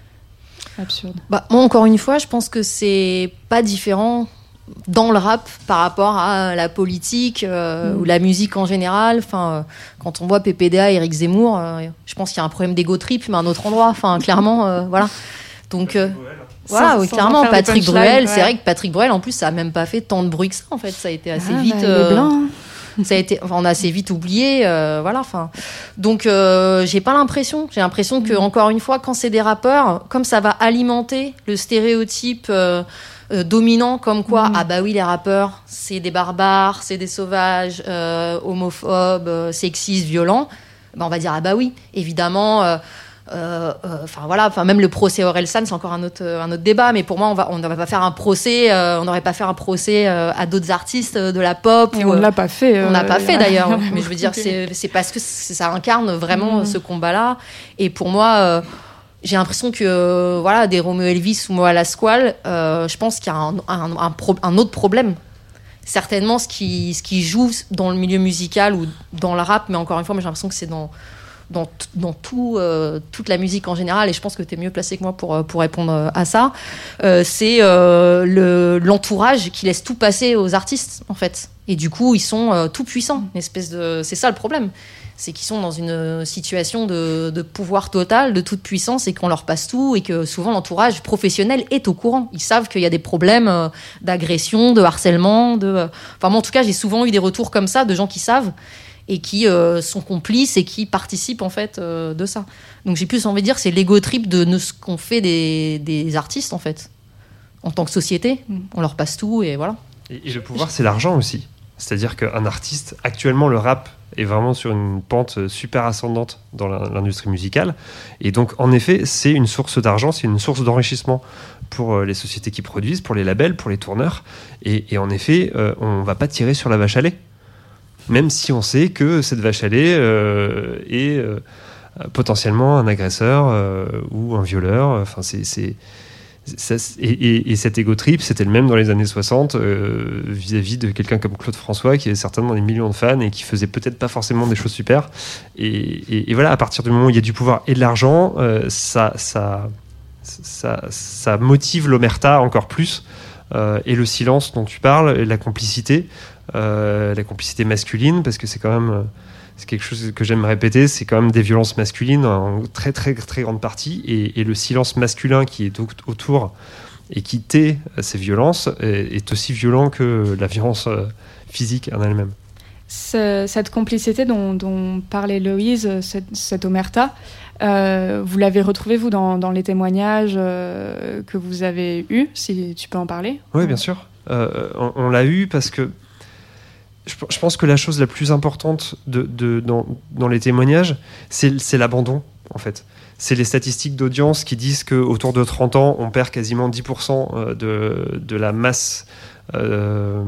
absurde? Bah, moi, encore une fois, je pense que c'est pas différent dans le rap par rapport à la politique euh, mmh. ou la musique en général. Enfin, euh, quand on voit P P D A, Éric Zemmour, euh, je pense qu'il y a un problème d'ego trip, mais à un autre endroit. Enfin, clairement, euh, voilà. Donc, euh, voilà, sans, oui, sans clairement, Patrick Bruel, ouais. c'est vrai que Patrick Bruel, en plus, ça a même pas fait tant de bruit que ça. En fait, ça a été assez ah, vite. Bah, euh, il est blanc. Ça a été, enfin, on a assez vite oublié, euh, voilà. Enfin, donc euh, j'ai pas l'impression. J'ai l'impression que encore une fois, quand c'est des rappeurs, comme ça va alimenter le stéréotype euh, euh, dominant, comme quoi, mmh. ah bah oui, les rappeurs, c'est des barbares, c'est des sauvages, euh, homophobes, euh, sexistes, violents. Ben, on va dire ah bah oui, évidemment. Euh, Euh, euh, enfin voilà, enfin même le procès Orelsan, c'est encore un autre euh, un autre débat, mais pour moi on va on ne va pas faire un procès, euh, on n'aurait pas fait un procès euh, à d'autres artistes de la pop. Et ou, on ne l'a pas fait. Euh, on n'a pas fait d'ailleurs, mais je veux dire okay. c'est c'est parce que ça incarne vraiment mmh. ce combat-là. Et pour moi, euh, j'ai l'impression que euh, voilà, des Romeo Elvis ou Moa Lasquale, euh, je pense qu'il y a un un, un, pro, un autre problème. Certainement, ce qui ce qui joue dans le milieu musical ou dans le rap, mais encore une fois, moi j'ai l'impression que c'est dans dans, t- dans tout, euh, toute la musique en général, et je pense que tu es mieux placé que moi pour, pour répondre à ça, euh, c'est euh, le, l'entourage qui laisse tout passer aux artistes, en fait. Et du coup, ils sont euh, tout puissants. Une espèce de... C'est ça le problème. C'est qu'ils sont dans une situation de, de pouvoir total, de toute puissance, et qu'on leur passe tout, et que souvent l'entourage professionnel est au courant. Ils savent qu'il y a des problèmes euh, d'agression, de harcèlement. De... Enfin, moi, en tout cas, j'ai souvent eu des retours comme ça de gens qui savent et qui euh, sont complices et qui participent en fait euh, de ça. Donc j'ai plus envie de dire c'est l'ego trip de, de ce qu'on fait des, des artistes en fait. En tant que société, mm. on leur passe tout et voilà. Et, et le pouvoir, c'est l'argent aussi. C'est-à-dire qu'un artiste, actuellement le rap est vraiment sur une pente super ascendante dans la, l'industrie musicale. Et donc en effet, c'est une source d'argent, c'est une source d'enrichissement pour les sociétés qui produisent, pour les labels, pour les tourneurs. Et, et en effet, euh, on ne va pas tirer sur la vache à lait. Même si on sait que cette vache à lait euh, est euh, potentiellement un agresseur euh, ou un violeur. Enfin, c'est, c'est, ça, et, et, et cet ego trip, c'était le même dans les années soixante euh, vis-à-vis de quelqu'un comme Claude François, qui avait certainement des millions de fans et qui faisait peut-être pas forcément des choses super. Et, et, et voilà, à partir du moment où il y a du pouvoir et de l'argent, euh, ça, ça, ça, ça motive l'omerta encore plus. Euh, et le silence dont tu parles, et la complicité, euh, la complicité masculine, parce que c'est quand même, c'est quelque chose que j'aime répéter, c'est quand même des violences masculines en très très très grande partie, et, et le silence masculin qui est autour et qui tait ces violences est, est aussi violent que la violence physique en elle-même. Ce, cette complicité dont, dont parlait Loïse, cette, cette omerta, euh, vous l'avez retrouvée, vous, dans, dans les témoignages euh, que vous avez eus, si tu peux en parler? Oui, bien sûr. Euh, on, on l'a eu parce que je, je pense que la chose la plus importante de, de, dans, dans les témoignages, c'est, c'est l'abandon, en fait. C'est les statistiques d'audience qui disent qu'autour de trente ans, on perd quasiment dix pour cent de, de la masse Euh,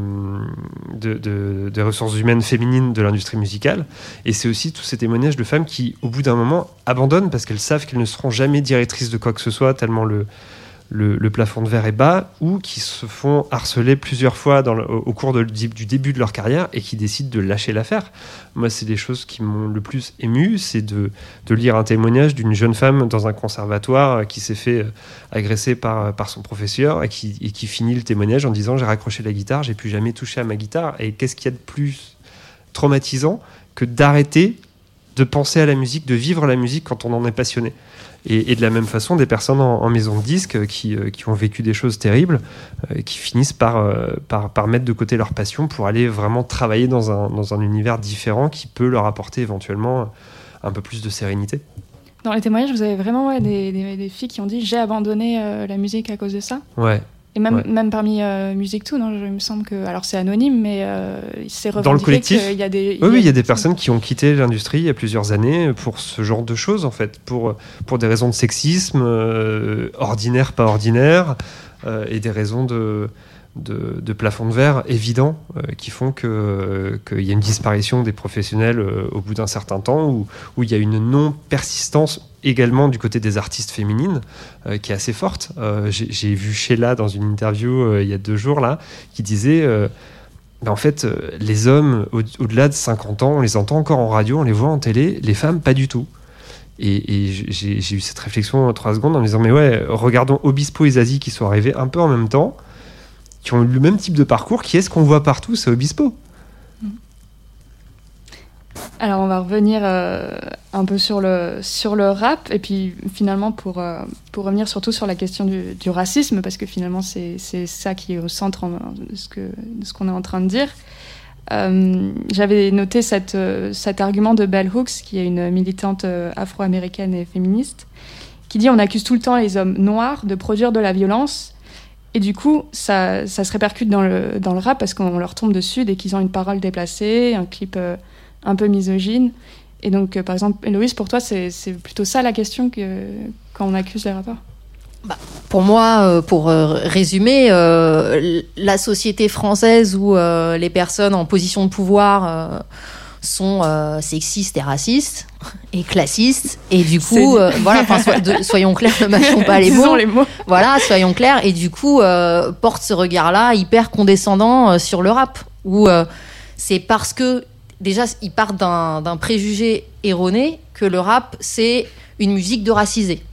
de, de, de ressources humaines féminines de l'industrie musicale. Et c'est aussi tous ces témoignages de femmes qui, au bout d'un moment, abandonnent parce qu'elles savent qu'elles ne seront jamais directrices de quoi que ce soit, tellement le, le, le plafond de verre est bas, ou qui se font harceler plusieurs fois dans le, au cours de, du début de leur carrière et qui décident de lâcher l'affaire. Moi, c'est des choses qui m'ont le plus ému, c'est de, de lire un témoignage d'une jeune femme dans un conservatoire qui s'est fait agresser par, par son professeur et qui, et qui finit le témoignage en disant « J'ai raccroché la guitare, j'ai plus jamais touché à ma guitare ». Et qu'est-ce qu'il y a de plus traumatisant que d'arrêter de penser à la musique, de vivre la musique quand on en est passionné. Et, et de la même façon, des personnes en, en maison de disques qui, euh, qui ont vécu des choses terribles, euh, qui finissent par, euh, par, par mettre de côté leur passion pour aller vraiment travailler dans un, dans un univers différent qui peut leur apporter éventuellement un peu plus de sérénité. Dans les témoignages, vous avez vraiment ouais, des, des, des filles qui ont dit « j'ai abandonné euh, la musique à cause de ça ». Ouais. Et même, Ouais. même parmi euh, Musique Tout, non, je- il me semble que... Alors c'est anonyme, mais euh, c'est revendiqué Dans le collectif, qu'il y a des... Oui, oui, il y a des personnes qui ont quitté l'industrie il y a plusieurs années pour ce genre de choses, en fait, pour, pour des raisons de sexisme, euh, ordinaire, pas ordinaire, euh, et des raisons de, de, de plafond de verre évidents euh, qui font que, euh, qu'il y a une disparition des professionnels euh, au bout d'un certain temps, où, où il y a une non-persistance également du côté des artistes féminines, euh, qui est assez forte. Euh, j'ai, j'ai vu Sheila dans une interview euh, il y a deux jours, là, qui disait... Euh, ben en fait, euh, les hommes au- au-delà de cinquante ans, on les entend encore en radio, on les voit en télé, les femmes, pas du tout. Et, et j'ai, j'ai eu cette réflexion en trois secondes en me disant, mais ouais, regardons Obispo et Zazie qui sont arrivés un peu en même temps, qui ont eu le même type de parcours. Qui est-ce qu'on voit partout? C'est Obispo. Alors on va revenir euh, un peu sur le, sur le rap, et puis finalement pour, euh, pour revenir surtout sur la question du, du racisme, parce que finalement c'est, c'est ça qui est au centre en- de ce, que, de ce qu'on est en train de dire. Euh, j'avais noté cette, euh, cet argument de Bell Hooks, qui est une militante euh, afro-américaine et féministe, qui dit on accuse tout le temps les hommes noirs de produire de la violence, et du coup ça, ça se répercute dans le, dans le rap parce qu'on leur tombe dessus dès qu'ils ont une parole déplacée, un clip euh, un peu misogyne. Et donc euh, par exemple Héloïse, pour toi c'est, c'est plutôt ça la question que, quand on accuse les rappeurs? Pour moi, euh, pour euh, résumer, euh, l- la société française où euh, les personnes en position de pouvoir euh, sont euh, sexistes et racistes et classistes, et du C'est coup, dit. euh, voilà, enfin, so- de- soyons clairs, ne mâchons pas les Disons mots. les mots. Voilà, soyons clairs, et du coup, euh, porte ce regard-là hyper condescendant euh, sur le rap, où euh, c'est parce que déjà ils partent d'un, d'un préjugé erroné que le rap c'est une musique de racisés.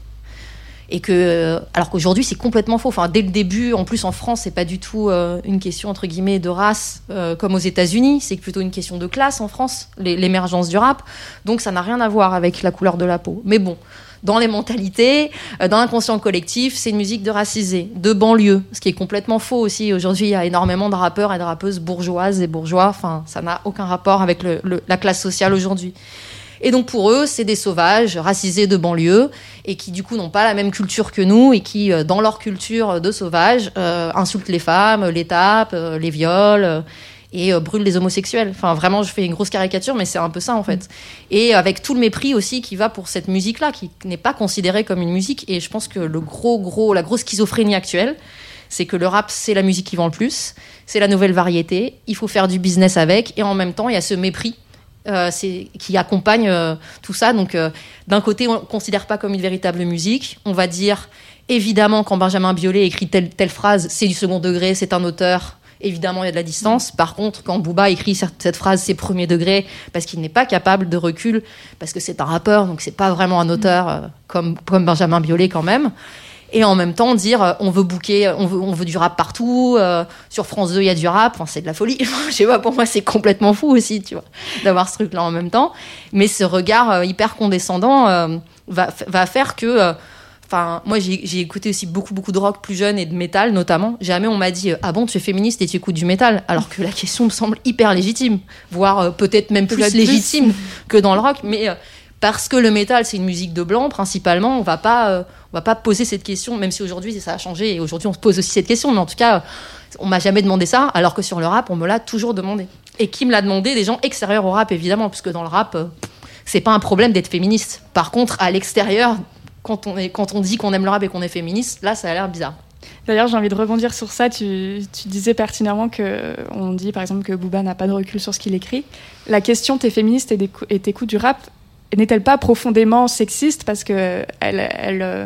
Et que, alors qu'aujourd'hui, c'est complètement faux. Enfin, dès le début, en plus, en France, c'est pas du tout euh, une question, entre guillemets, de race, euh, comme aux États-Unis. C'est plutôt une question de classe en France, les- l'émergence du rap. Donc, ça n'a rien à voir avec la couleur de la peau. Mais bon, dans les mentalités, euh, dans l'inconscient collectif, c'est une musique de racisés, de banlieue. Ce qui est complètement faux aussi. Aujourd'hui, il y a énormément de rappeurs et de rappeuses bourgeoises et bourgeois. Enfin, ça n'a aucun rapport avec le- le- la classe sociale aujourd'hui. Et donc pour eux, c'est des sauvages racisés de banlieue et qui du coup n'ont pas la même culture que nous et qui, euh, dans leur culture de sauvages, euh, insultent les femmes, les tapent, euh, les violent euh, et euh, brûlent les homosexuels. Enfin vraiment, je fais une grosse caricature, mais c'est un peu ça en fait. Et avec tout le mépris aussi qui va pour cette musique-là, qui n'est pas considérée comme une musique. Et je pense que le gros, gros, la grosse schizophrénie actuelle, c'est que le rap, c'est la musique qui vend le plus, c'est la nouvelle variété, il faut faire du business avec, et en même temps, il y a ce mépris Euh, c'est, qui accompagne euh, tout ça. Donc, euh, d'un côté, on ne considère pas comme une véritable musique. On va dire, évidemment, quand Benjamin Biolay écrit telle, telle phrase, c'est du second degré, c'est un auteur. Évidemment, il y a de la distance. Par contre, quand Booba écrit cette, cette phrase, c'est premier degré, parce qu'il n'est pas capable de recul, parce que c'est un rappeur, donc c'est pas vraiment un auteur euh, comme, comme Benjamin Biolay quand même. Et en même temps dire euh, on veut booker, on veut, on veut du rap partout, euh, sur France deux il y a du rap, enfin, c'est de la folie. Je sais pas, pour moi c'est complètement fou aussi, tu vois, d'avoir ce truc là en même temps. Mais ce regard euh, hyper condescendant euh, va, va faire que, enfin, euh, moi j'ai, j'ai écouté aussi beaucoup beaucoup de rock plus jeune et de métal notamment. Jamais on m'a dit euh, ah bon tu es féministe et tu écoutes du métal, alors que la question me semble hyper légitime, voire euh, peut-être même plus Peut-être légitime plus. que dans le rock, mais euh, parce que le métal c'est une musique de blanc principalement, on va pas euh, on va pas poser cette question, même si aujourd'hui ça a changé et aujourd'hui on se pose aussi cette question, mais en tout cas on m'a jamais demandé ça, alors que sur le rap on me l'a toujours demandé. Et qui me l'a demandé? Des gens extérieurs au rap évidemment, puisque dans le rap euh, c'est pas un problème d'être féministe. Par contre à l'extérieur, quand on est quand on dit qu'on aime le rap et qu'on est féministe, là ça a l'air bizarre. D'ailleurs, j'ai envie de rebondir sur ça. Tu, tu disais pertinemment qu'on dit, par exemple, que Booba n'a pas de recul sur ce qu'il écrit. La question, t'es féministe et d'écou- et t'écoutes du rap, n'est-elle pas profondément sexiste? Parce que elle, elle, euh,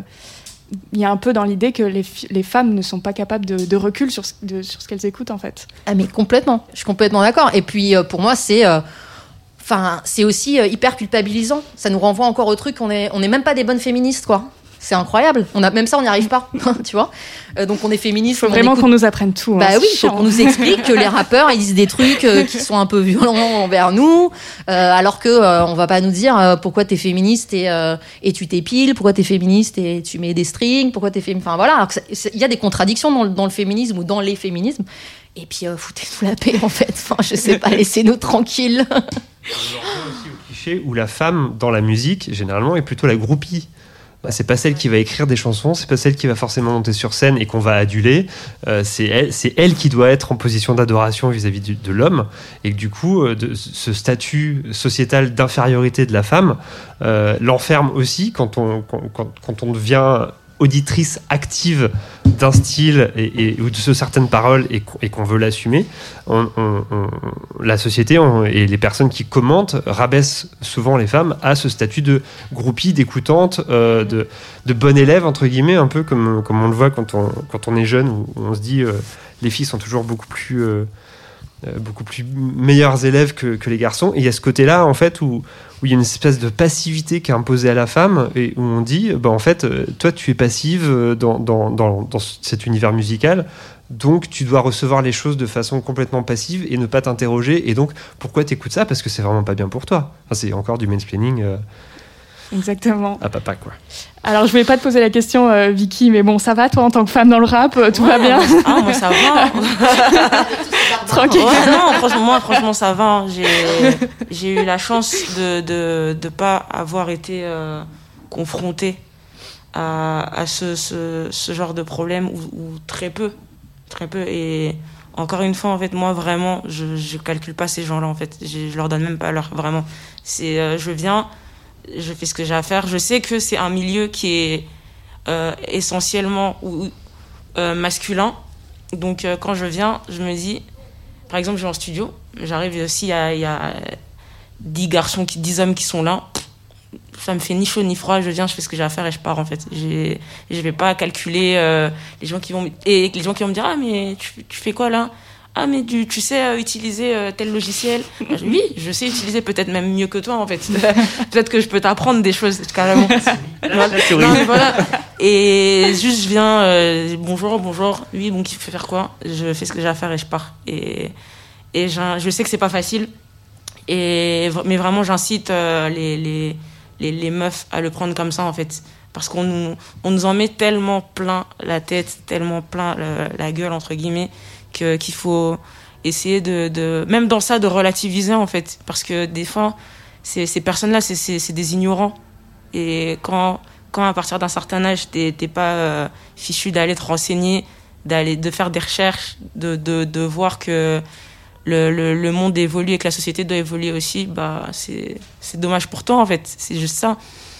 il y a un peu dans l'idée que les, fi- les femmes ne sont pas capables de, de recul sur ce, de, sur ce qu'elles écoutent, en fait. Ah mais complètement, je suis complètement d'accord. Et puis euh, pour moi c'est... euh, Enfin, c'est aussi euh, hyper culpabilisant. Ça nous renvoie encore au truc qu'on est, on n'est même pas des bonnes féministes, quoi. c'est incroyable. On a même ça, on n'y arrive pas, tu vois. Euh, donc on est féministe. Faut on vraiment écoute... qu'on nous apprenne tout. Bah hein, oui, il faut qu'on nous explique que les rappeurs ils disent des trucs euh, qui sont un peu violents envers nous, euh, alors que euh, on va pas nous dire euh, pourquoi t'es féministe et euh, et tu t'épiles, pourquoi t'es féministe et tu mets des strings, pourquoi t'es féministe. Enfin voilà, il y a des contradictions dans le, dans le féminisme ou dans les féminismes. Et puis euh, foutez-nous la paix en fait. Enfin je sais pas, laissez-nous tranquilles. On en revient aussi au cliché où la femme dans la musique généralement est plutôt la groupie. Bah, c'est pas celle qui va écrire des chansons, c'est pas celle qui va forcément monter sur scène et qu'on va aduler. Euh, c'est elle, c'est elle qui doit être en position d'adoration vis-à-vis du, de l'homme. Et que du coup, euh, de, ce statut sociétal d'infériorité de la femme euh, l'enferme aussi quand on, quand, quand, quand on devient auditrice active d'un style et, et, ou de certaines paroles et, et qu'on veut l'assumer, on, on, on, la société on, et les personnes qui commentent rabaissent souvent les femmes à ce statut de groupie, d'écoutante, euh, de, de bonne élève, entre guillemets, un peu comme, comme on le voit quand on, quand on est jeune, où on se dit euh, les filles sont toujours beaucoup plus... Euh, beaucoup plus meilleurs élèves que, que les garçons. Et il y a ce côté-là, en fait, où, où il y a une espèce de passivité qui est imposée à la femme et où on dit, bah, en fait, toi, tu es passive dans, dans, dans, dans cet univers musical, donc tu dois recevoir les choses de façon complètement passive et ne pas t'interroger. Et donc, pourquoi t'écoutes ça ? Parce que c'est vraiment pas bien pour toi. Enfin, c'est encore du mansplaining euh, Exactement. à papa, quoi. Alors, je voulais pas te poser la question, euh, Vicky, mais bon, ça va, toi, en tant que femme dans le rap, euh, tout Ouais, va bien ? Ah, moi, ça va. Tranquille. Ouais, non, franchement, moi, franchement, ça va. J'ai, j'ai eu la chance de de, de pas avoir été euh, confrontée à, à ce, ce, ce genre de problème, ou, ou très peu. Très peu. Et encore une fois, en fait, moi, vraiment, je, je calcule pas ces gens-là, en fait. Je, je leur donne même pas l'heure, vraiment. C'est, euh, je viens, je fais ce que j'ai à faire. Je sais que c'est un milieu qui est euh, essentiellement ou, euh, masculin. Donc, euh, quand je viens, je me dis... Par exemple, je vais en studio, j'arrive aussi, il y a, il y a dix garçons, qui, dix hommes qui sont là. Ça me fait ni chaud ni froid, je viens, je fais ce que j'ai à faire et je pars, en fait. J'ai, je vais pas calculer euh, les gens qui vont... Et les gens qui vont me dire, ah, mais tu, tu fais quoi, là ? Ah, mais tu, tu sais euh, utiliser euh, tel logiciel ? Oui, je sais utiliser peut-être même mieux que toi, en fait. Peut-être que je peux t'apprendre des choses, carrément. Non, mais voilà. Et juste, je viens, euh, bonjour, bonjour. Oui, bon, qui fait faire quoi ? Je fais ce que j'ai à faire et je pars. Et, et je sais que c'est pas facile. Et, mais vraiment, j'incite euh, les, les, les, les meufs à le prendre comme ça, en fait. Parce qu'on nous, on nous en met tellement plein la tête, tellement plein la, la gueule, entre guillemets, que, qu'il faut essayer de, de, même dans ça, de relativiser, en fait. Parce que des fois, ces, ces personnes-là, c'est, c'est, c'est des ignorants. Et quand, quand à partir d'un certain âge, t'es, t'es pas euh, fichu d'aller te renseigner, d'aller, de faire des recherches, de, de, de voir que le, le, le monde évolue et que la société doit évoluer aussi, bah, c'est, c'est dommage pour toi, en fait. C'est juste ça.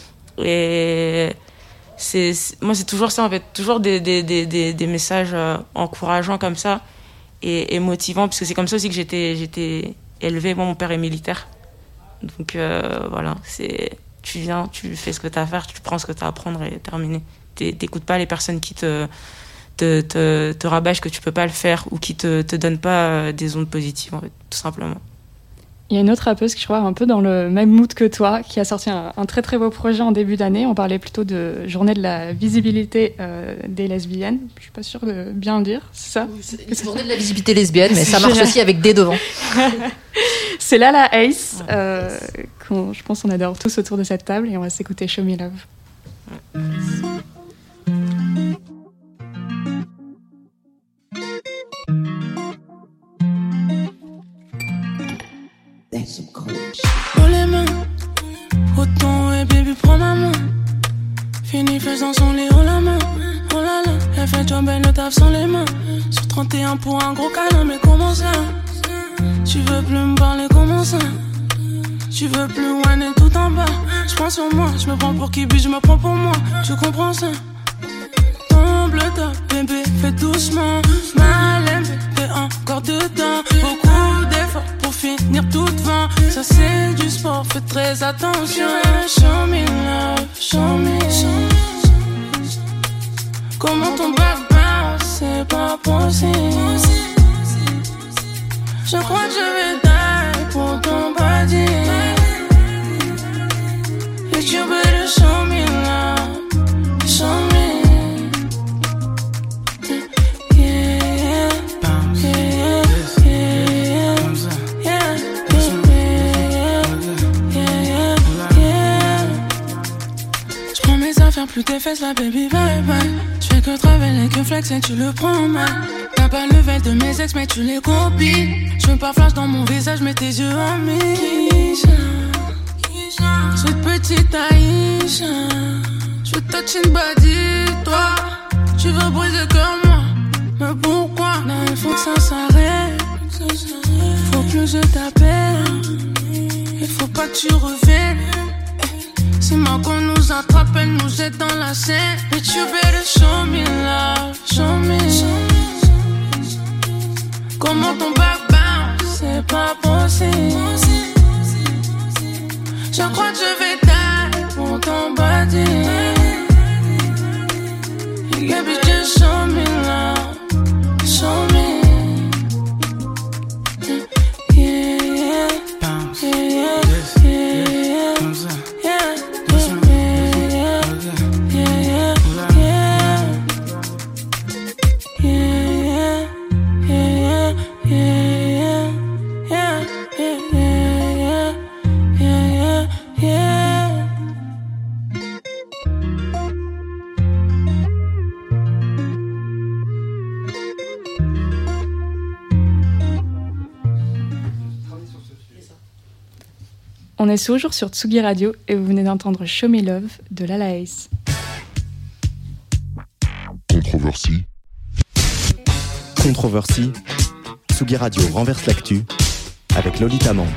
Et c'est, c'est, moi, c'est toujours ça, en fait. Toujours des, des, des, des, des messages euh, encourageants comme ça et, et motivants, parce que c'est comme ça aussi que j'étais, j'étais élevée. Moi, mon père est militaire. Donc, euh, voilà, c'est... Tu viens, tu fais ce que tu as à faire, tu prends ce que tu as à apprendre et terminé. T'écoutes pas les personnes qui te, te, te, te rabâchent que tu peux pas le faire ou qui te, te donnent pas des ondes positives, en fait, tout simplement. Il y a une autre rappeuse qui, je crois, un peu dans le même mood que toi, qui a sorti un, un très très beau projet en début d'année. On parlait plutôt de journée de la visibilité euh, des lesbiennes. Je suis pas sûre de bien le dire, c'est ça ? Oui, c'est une journée de la visibilité lesbienne, mais ça marche aussi avec des devants. C'est là la Ace, euh, qu'on, je pense qu'on adore tous autour de cette table, et on va s'écouter Show Me Love. Dans les mains, autant et baby prends ma main. Fini faisant son lit en la main. Oh là là, elle fait job, elle le taf sans les mains. Sur trente et un pour un gros câlin, mais comment ça? Tu veux plus me parler, comment ça? Tu veux plus one et tout en bas. Je prends sur moi, je me prends pour qui but, je me prends pour moi. Tu comprends ça? Tombe le top, bébé, fais doucement. Mal aimé, t'es encore dedans. Beaucoup d'efforts pour finir tout devant. Ça c'est du sport, fais très attention. Show me love, show me. Comment ton bac bounce, c'est pas possible. Je crois que je vais die pour ton body. And you better show me love, show Sous tes fesses, la baby, bye bye. J'fais que travailler, que flex et tu le prends mal. T'as pas le level de mes ex, mais tu les copies. J'fais pas flash dans mon visage, mais tes yeux en Misha. Cette petite Aïcha. J'veux touch une body, toi. Tu veux briser comme moi. Mais pourquoi? Là, il faut que ça s'arrête. Faut que je t'appelle. Il faut pas que tu reviennes. Si Margot nous attrape, elle nous jette dans la scène. But you better show me love, show me. Comment ton back bounce, c'est pas possible. Je crois que je vais die pour ton body. Baby, just show me love, show me. On est toujours sur Tsugi Radio et vous venez d'entendre Show Me Love de Lala Ace. Controversie. Controversie. Tsugi Radio renverse l'actu avec Lolita Mang.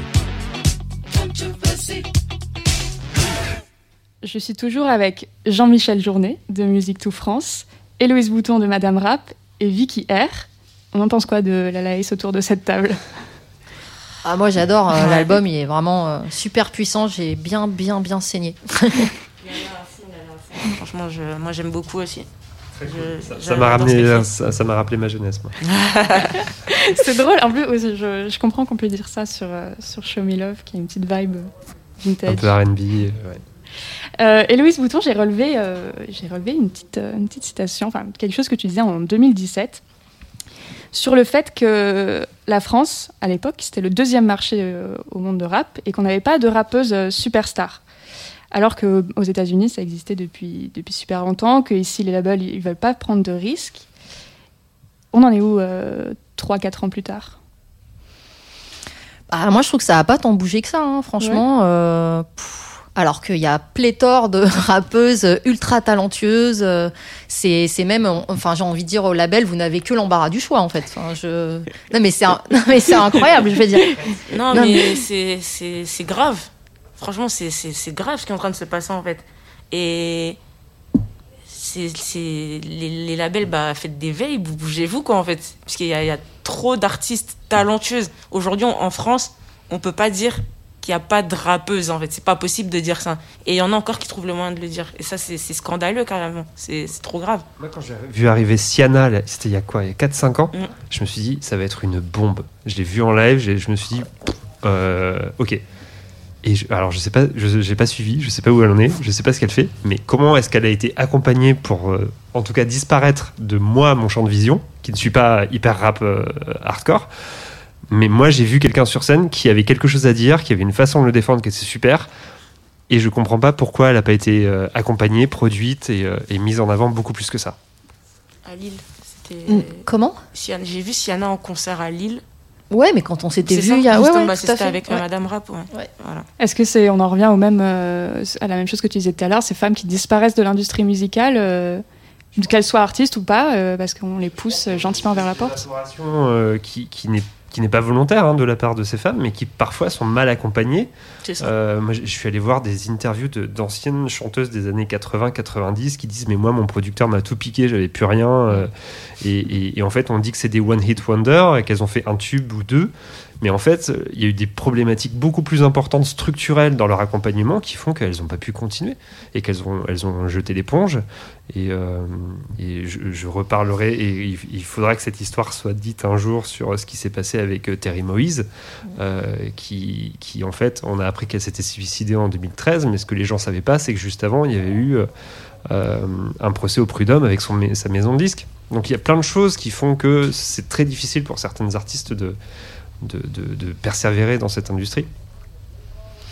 Je suis toujours avec Jean-Michel Journet de Musique Tout France, Héloïse Bouton de Madame Rap et Vicky R. On en pense quoi de Lala Ace autour de cette table ? Ah, moi j'adore, euh, l'album il est vraiment euh, super puissant, j'ai bien bien bien saigné. Franchement, je, moi j'aime beaucoup aussi. Je, ça, ça, m'a ramené, ça, ça m'a rappelé ma jeunesse, moi. C'est drôle, en plus je, je comprends qu'on peut dire ça sur, euh, sur Show Me Love, qui a une petite vibe vintage. Un peu R and B, ouais. Euh, Héloïse Bouton, j'ai relevé, euh, j'ai relevé une, petite, euh, une petite citation, enfin quelque chose que tu disais en deux mille dix-sept, sur le fait que la France, à l'époque, c'était le deuxième marché euh, au monde de rap et qu'on n'avait pas de rappeuse euh, superstar. Alors qu'aux États-Unis, ça existait depuis, depuis super longtemps, qu'ici, les labels, ils ne veulent pas prendre de risques. On en est où euh, trois quatre ans plus tard ? Bah, moi, je trouve que ça n'a pas tant bougé que ça, hein, franchement. Ouais. Euh, pff, alors qu'il y a pléthore de rappeuses ultra talentueuses. Euh, c'est, c'est même, enfin, j'ai envie de dire au label, vous n'avez que l'embarras du choix, en fait. Enfin, je... non, mais c'est, un... non, mais c'est incroyable, je vais dire. Non, non mais, mais... C'est, c'est, c'est grave. Franchement, c'est, c'est, c'est grave ce qui est en train de se passer, en fait. Et c'est, c'est... Les, les labels, bah, faites des veilles, bougez-vous, quoi, en fait. Parce qu'il y a, il y a trop d'artistes talentueuses. Aujourd'hui, en France, on peut pas dire qu'il n'y a pas de rappeuse, en fait. C'est pas possible de dire ça. Et il y en a encore qui trouvent le moyen de le dire. Et ça, c'est, c'est scandaleux, carrément. C'est, c'est trop grave. Moi, quand j'ai vu arriver Siana, c'était il y a quoi ? Il y a quatre cinq ans, mm. je me suis dit, ça va être une bombe. Je l'ai vu en live, je me suis dit, euh, ok. Et je, alors, je sais pas, je n'ai pas suivi, je sais pas où elle en est, je sais pas ce qu'elle fait, mais comment est-ce qu'elle a été accompagnée pour, euh, en tout cas, disparaître de moi, mon champ de vision, qui ne suis pas hyper rap euh, hardcore. Mais moi, j'ai vu quelqu'un sur scène qui avait quelque chose à dire, qui avait une façon de le défendre qui était super. Et je comprends pas pourquoi elle n'a pas été euh, accompagnée, produite et, euh, et mise en avant beaucoup plus que ça. À Lille, c'était... Mmh. Comment ? Siana, j'ai vu Siana en concert à Lille. Ouais, mais quand on s'était c'est vu, ça, il y a... ouais, ouais, ouais, bah, c'était avec ouais. Madame Rap, ouais. Ouais. Voilà. Est-ce que c'est, on en revient au même, euh, à la même chose que tu disais tout à l'heure, ces femmes qui disparaissent de l'industrie musicale, euh, qu'elles soient artistes ou pas, euh, parce qu'on les pousse gentiment vers la porte. C'est une collaboration euh, qui, qui n'est qui n'est pas volontaire hein, de la part de ces femmes, mais qui parfois sont mal accompagnées. C'est ça. Euh, moi, je suis allé voir des interviews de, d'anciennes chanteuses des années quatre-vingts quatre-vingt-dix qui disent « mais moi, mon producteur m'a tout piqué, j'avais plus rien euh, ». Et, et, et en fait, on dit que c'est des one-hit wonders, qu'elles ont fait un tube ou deux, mais en fait, il y a eu des problématiques beaucoup plus importantes structurelles dans leur accompagnement qui font qu'elles n'ont pas pu continuer et qu'elles ont, elles ont jeté l'éponge. Et, euh, et je, je reparlerai, et il, il faudra que cette histoire soit dite un jour sur ce qui s'est passé avec Terry Moïse, euh, qui, qui en fait, on a appris qu'elle s'était suicidée en deux mille treize, mais ce que les gens ne savaient pas, c'est que juste avant, il y avait eu euh, un procès au prud'homme avec son, sa maison de disques. Donc il y a plein de choses qui font que c'est très difficile pour certaines artistes de De, de, de persévérer dans cette industrie.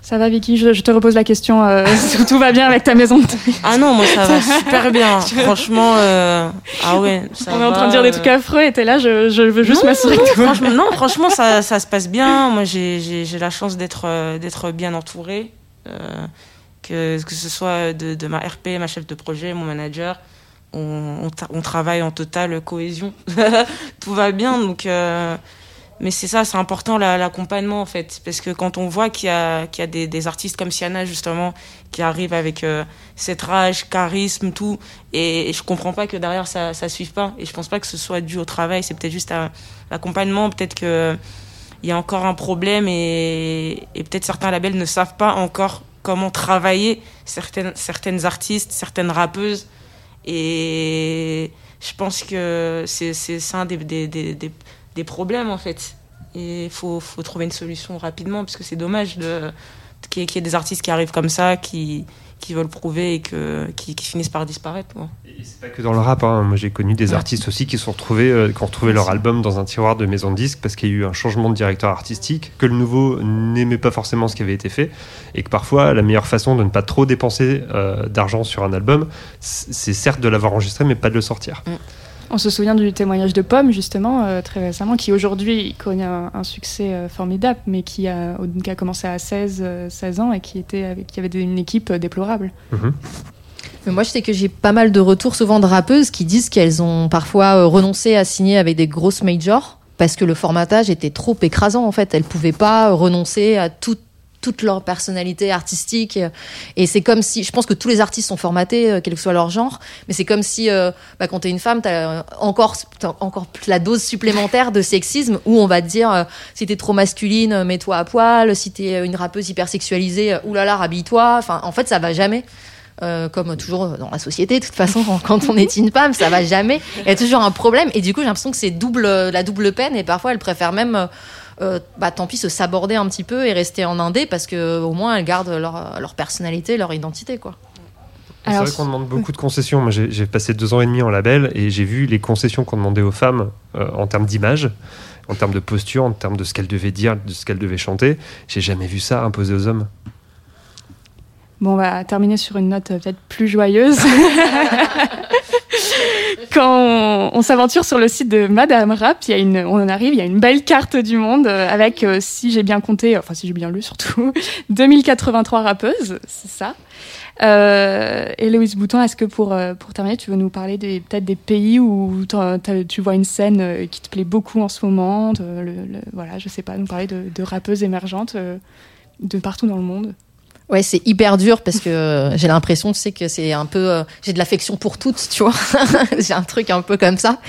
Ça va, Vicky? je, je te repose la question. Euh, tout va bien avec ta maison de thé? Ah non, moi ça va super bien. Franchement, euh... ah ouais. Ça On va, est en train de dire des trucs affreux et t'es là, je, je veux juste non, m'assurer non, que tout va franchement, non, franchement, ça, ça se passe bien. Moi, j'ai, j'ai, j'ai la chance d'être, euh, d'être bien entourée. Euh, que, que ce soit de, de ma R P, ma chef de projet, mon manager. On, on, ta- on travaille en totale cohésion. Tout va bien, donc... Euh... Mais c'est ça, c'est important la, l'accompagnement en fait, parce que quand on voit qu'il y a, qu'il y a des, des artistes comme Siana justement qui arrivent avec euh, cette rage, charisme, tout, et, et je comprends pas que derrière ça ça suive pas, et je pense pas que ce soit dû au travail, c'est peut-être juste à l'accompagnement, peut-être que il y a encore un problème et, et peut-être certains labels ne savent pas encore comment travailler certaines certaines artistes, certaines rappeuses, et je pense que c'est c'est, c'est un des des, des, des des problèmes en fait, et il faut, faut trouver une solution rapidement parce que c'est dommage de, qu'il y ait, qu'il y ait des artistes qui arrivent comme ça, qui, qui veulent prouver et que, qui, qui finissent par disparaître. Quoi. Et c'est pas que dans le rap, hein. Moi j'ai connu des ouais. artistes aussi qui, sont retrouvés, euh, qui ont retrouvé leur album dans un tiroir de maison de disques parce qu'il y a eu un changement de directeur artistique, que le nouveau n'aimait pas forcément ce qui avait été fait, et que parfois la meilleure façon de ne pas trop dépenser euh, d'argent sur un album, c'est certes de l'avoir enregistré mais pas de le sortir. Mm. On se souvient du témoignage de Pomme, justement, euh, très récemment, qui aujourd'hui connaît un, un succès euh, formidable, mais qui a, qui a commencé à seize, seize ans et qui, était avec, qui avait une équipe euh, déplorable. Mmh. Mais moi, je sais que j'ai pas mal de retours souvent de rappeuses qui disent qu'elles ont parfois euh, renoncé à signer avec des grosses majors parce que le formatage était trop écrasant, en fait. Elles pouvaient pas renoncer à tout toute leur personnalité artistique, et c'est comme si, je pense que tous les artistes sont formatés, quel que soit leur genre, mais c'est comme si euh, bah, quand t'es une femme, t'as encore, t'as encore la dose supplémentaire de sexisme où on va te dire euh, si t'es trop masculine, mets-toi à poil, si t'es une rappeuse hyper sexualisée, oulala, rhabille-toi. Enfin, en fait, ça va jamais. Euh, comme toujours dans la société, de toute façon, quand on est une femme, ça va jamais. Il y a toujours un problème, et du coup, j'ai l'impression que c'est double, la double peine, et parfois, elles préfèrent même Euh, bah, tant pis se saborder un petit peu et rester en indé parce que au moins elles gardent leur, leur personnalité, leur identité, quoi. C'est Alors, vrai qu'on demande beaucoup de concessions. Moi j'ai, j'ai passé deux ans et demi en label et j'ai vu les concessions qu'on demandait aux femmes euh, en termes d'image, en termes de posture, en termes de ce qu'elles devaient dire, de ce qu'elles devaient chanter. J'ai jamais vu ça imposé aux hommes. Bon, on va terminer sur une note peut-être plus joyeuse. Quand on, on s'aventure sur le site de Madame Rap, il y a une, on en arrive, il y a une belle carte du monde avec, euh, si j'ai bien compté, enfin si j'ai bien lu surtout, deux mille quatre-vingt-trois rappeuses, c'est ça. Euh, Héloïse Bouton, est-ce que pour, pour terminer, tu veux nous parler des, peut-être des pays où tu vois une scène qui te plaît beaucoup en ce moment, de, le, le, voilà, je sais pas, nous parler de, de rappeuses émergentes de partout dans le monde? Ouais, c'est hyper dur parce que euh, j'ai l'impression, tu sais, que c'est un peu... Euh, j'ai de l'affection pour toutes, tu vois. J'ai un truc un peu comme ça.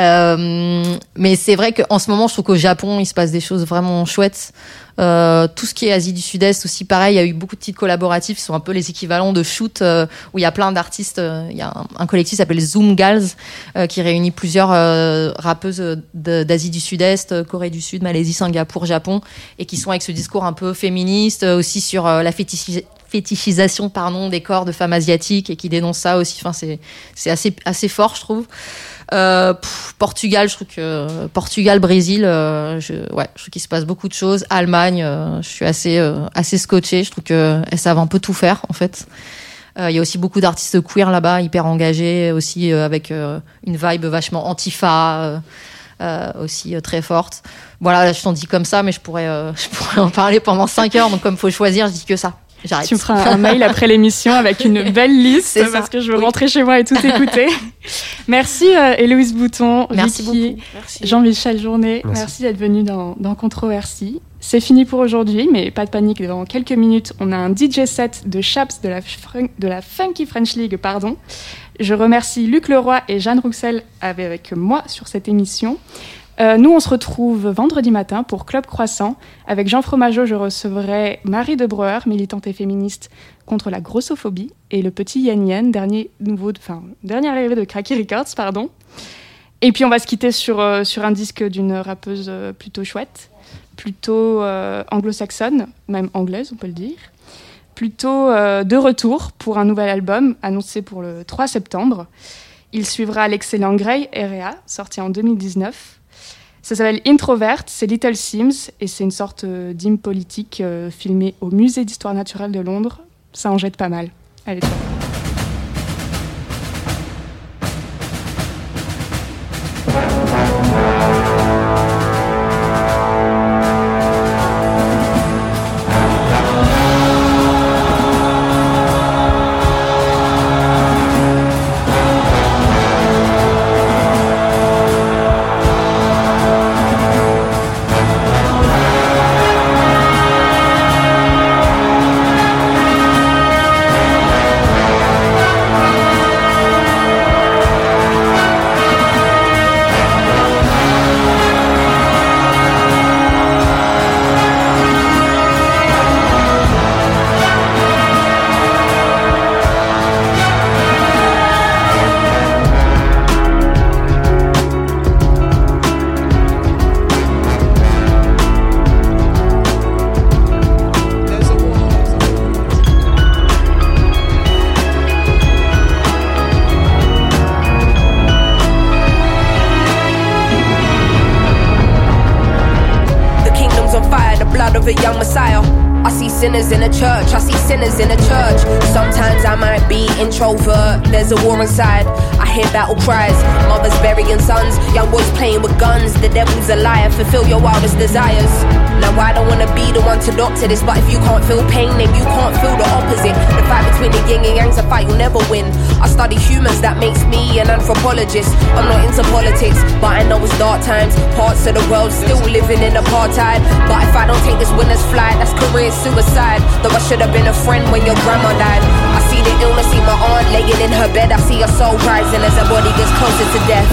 Euh, mais c'est vrai qu'en ce moment, je trouve qu'au Japon, il se passe des choses vraiment chouettes. Euh, tout ce qui est Asie du Sud-Est aussi, pareil, il y a eu beaucoup de titres collaboratifs qui sont un peu les équivalents de shoot, euh, où il y a plein d'artistes. Euh, il y a un, un collectif qui s'appelle Zoom Gals, euh, qui réunit plusieurs euh, rappeuses de, d'Asie du Sud-Est, Corée du Sud, Malaisie, Singapour, Japon, et qui sont avec ce discours un peu féministe, euh, aussi sur euh, la fétichi- fétichisation pardon, des corps de femmes asiatiques, et qui dénoncent ça aussi. Enfin, c'est, c'est assez, assez fort, je trouve. Euh, pff, Portugal, je trouve que euh, Portugal, Brésil, euh, je, ouais, je trouve qu'il se passe beaucoup de choses. Allemagne, euh, je suis assez, euh, assez scotchée. Je trouve que elles savent un peu tout faire, en fait. Il euh, y a aussi beaucoup d'artistes queer là-bas, hyper engagés, aussi euh, avec euh, une vibe vachement antifa, euh, euh, aussi euh, très forte. Voilà, je t'en dis comme ça, mais je pourrais, euh, je pourrais en parler pendant cinq heures. Donc, comme faut choisir, je dis que ça. J'arrête. Tu me feras un mail après l'émission avec une belle liste c'est parce ça. Que je veux oui. rentrer chez moi et tout écouter. Merci euh, Héloïse Bouton, merci Vicky, beaucoup. Merci. Jean-Michel Journet, merci, merci d'être venu dans, dans Controversie. C'est fini pour aujourd'hui, mais pas de panique, dans quelques minutes, on a un D J set de Chaps de la, fr- de la Funky French League. Pardon. Je remercie Luc Leroy et Jeanne Rouxel avec moi sur cette émission. Euh, nous, on se retrouve vendredi matin pour Club Croissant. Avec Jean Fromageau, je recevrai Marie de Breuer, militante et féministe contre la grossophobie, et le petit Yen Yen, dernier nouveau, enfin, dernier arrivé de Cracky Records, pardon. Et puis, on va se quitter sur, euh, sur un disque d'une rappeuse euh, plutôt chouette, plutôt euh, anglo-saxonne, même anglaise, on peut le dire. Plutôt euh, de retour pour un nouvel album, annoncé pour le trois septembre. Il suivra l'excellent Grey Area, sorti en deux mille dix-neuf. Ça s'appelle Introvert, c'est Little Sims et c'est une sorte euh, d'hymne politique euh, filmé au Musée d'Histoire Naturelle de Londres. Ça en jette pas mal. Allez, ciao. of a young Messiah. I see sinners in a church, I see sinners in a church. Sometimes I might be introvert, there's a war inside. I hear battle cries, mothers burying sons, young boys playing with guns. The devil's a liar, fulfill your wildest desires. Now I don't wanna be the one to doctor this, but if you can't feel pain, then you can't feel the opposite. The fight between the yin and yang's a fight you'll never win. I study humans, that makes me an anthropologist. I'm not into politics, but I know it's dark times. Parts of the world still living in apartheid. But if I don't take this winner's flight, that's career suicide. Though I should have been a friend when your grandma died. I see the illness, see my aunt laying in her bed. I see her soul rising as her body gets closer to death.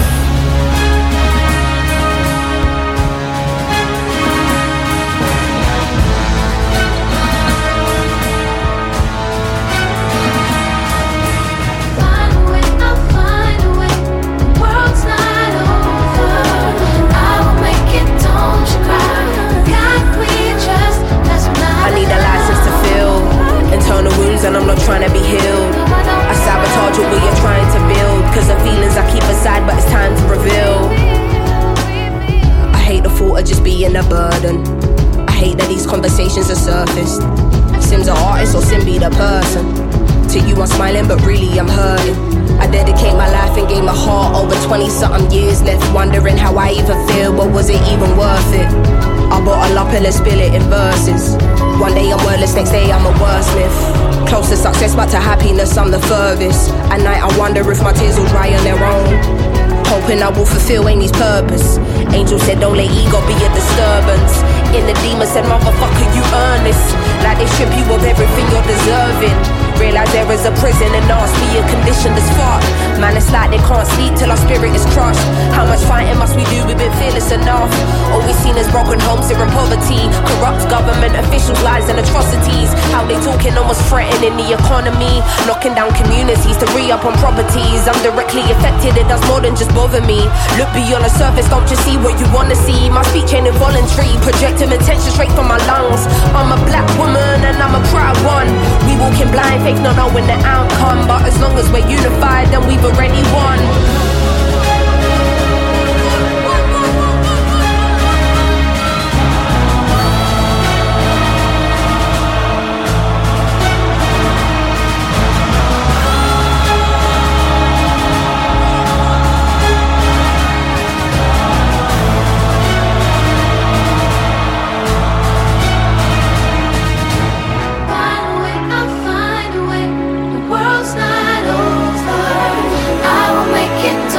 And I'm not trying to be healed. I sabotage what you're trying to build, cause the feelings I keep aside, but it's time to reveal. I hate the thought of just being a burden. I hate that these conversations are surfaced. Sim's an artist or Sim be the person. To you I'm smiling but really I'm hurting. I dedicate my life and gave my heart over twenty something years, left wondering how I even feel, but was it even worth it? I bottle up and then spill it in verses. One day I'm wordless, next day I'm a wordsmith. Close to success, but to happiness I'm the furthest. At night I wonder if my tears will dry on their own. Hoping I will fulfill Amy's purpose. Angel said don't let ego be a disturbance. In the demon said motherfucker you earn this. Like they strip you of everything you're deserving. Realize there is a prison and ask me a condition that's fuck. Man, it's like they can't sleep till our spirit is crushed. How much fighting must we do? We've been fearless enough. All we've seen is broken homes here in poverty. Corrupt government officials, lies and atrocities. How they talking almost threatening the economy. Knocking down communities to re-up on properties. I'm directly affected, it does more than just bother me. Look beyond the surface, don't just see what you wanna see. My speech ain't involuntary, projecting attention straight from my lungs. I'm a black woman and I'm a proud one. We walking blind, faith not knowing the outcome. But as long as we're unified, then we've already won. It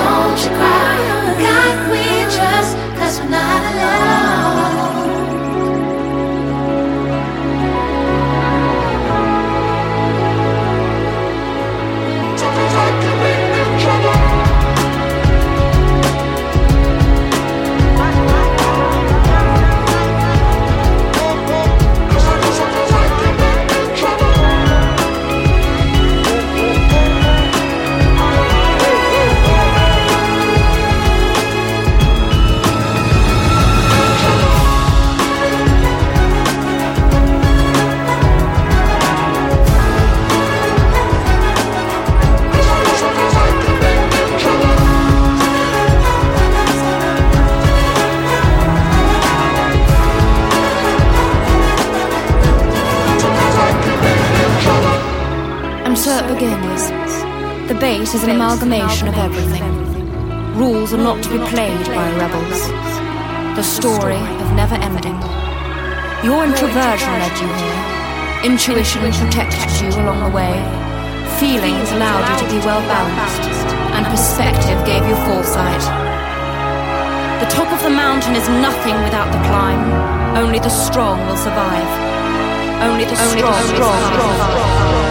is an amalgamation of everything. Rules are not to be played by rebels. The story of never ending. Your introversion led you here. Intuition protected you along the way. Feelings allowed you to be well balanced. And perspective gave you foresight. The top of the mountain is nothing without the climb. Only the strong will survive. Only the strong will survive.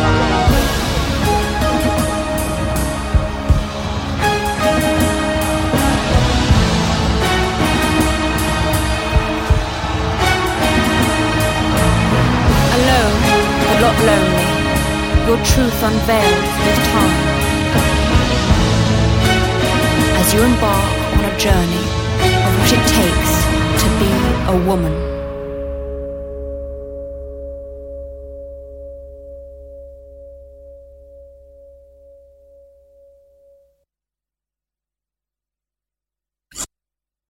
Not lonely, your truth unveiled with time. As you embark on a journey of what it takes to be a woman.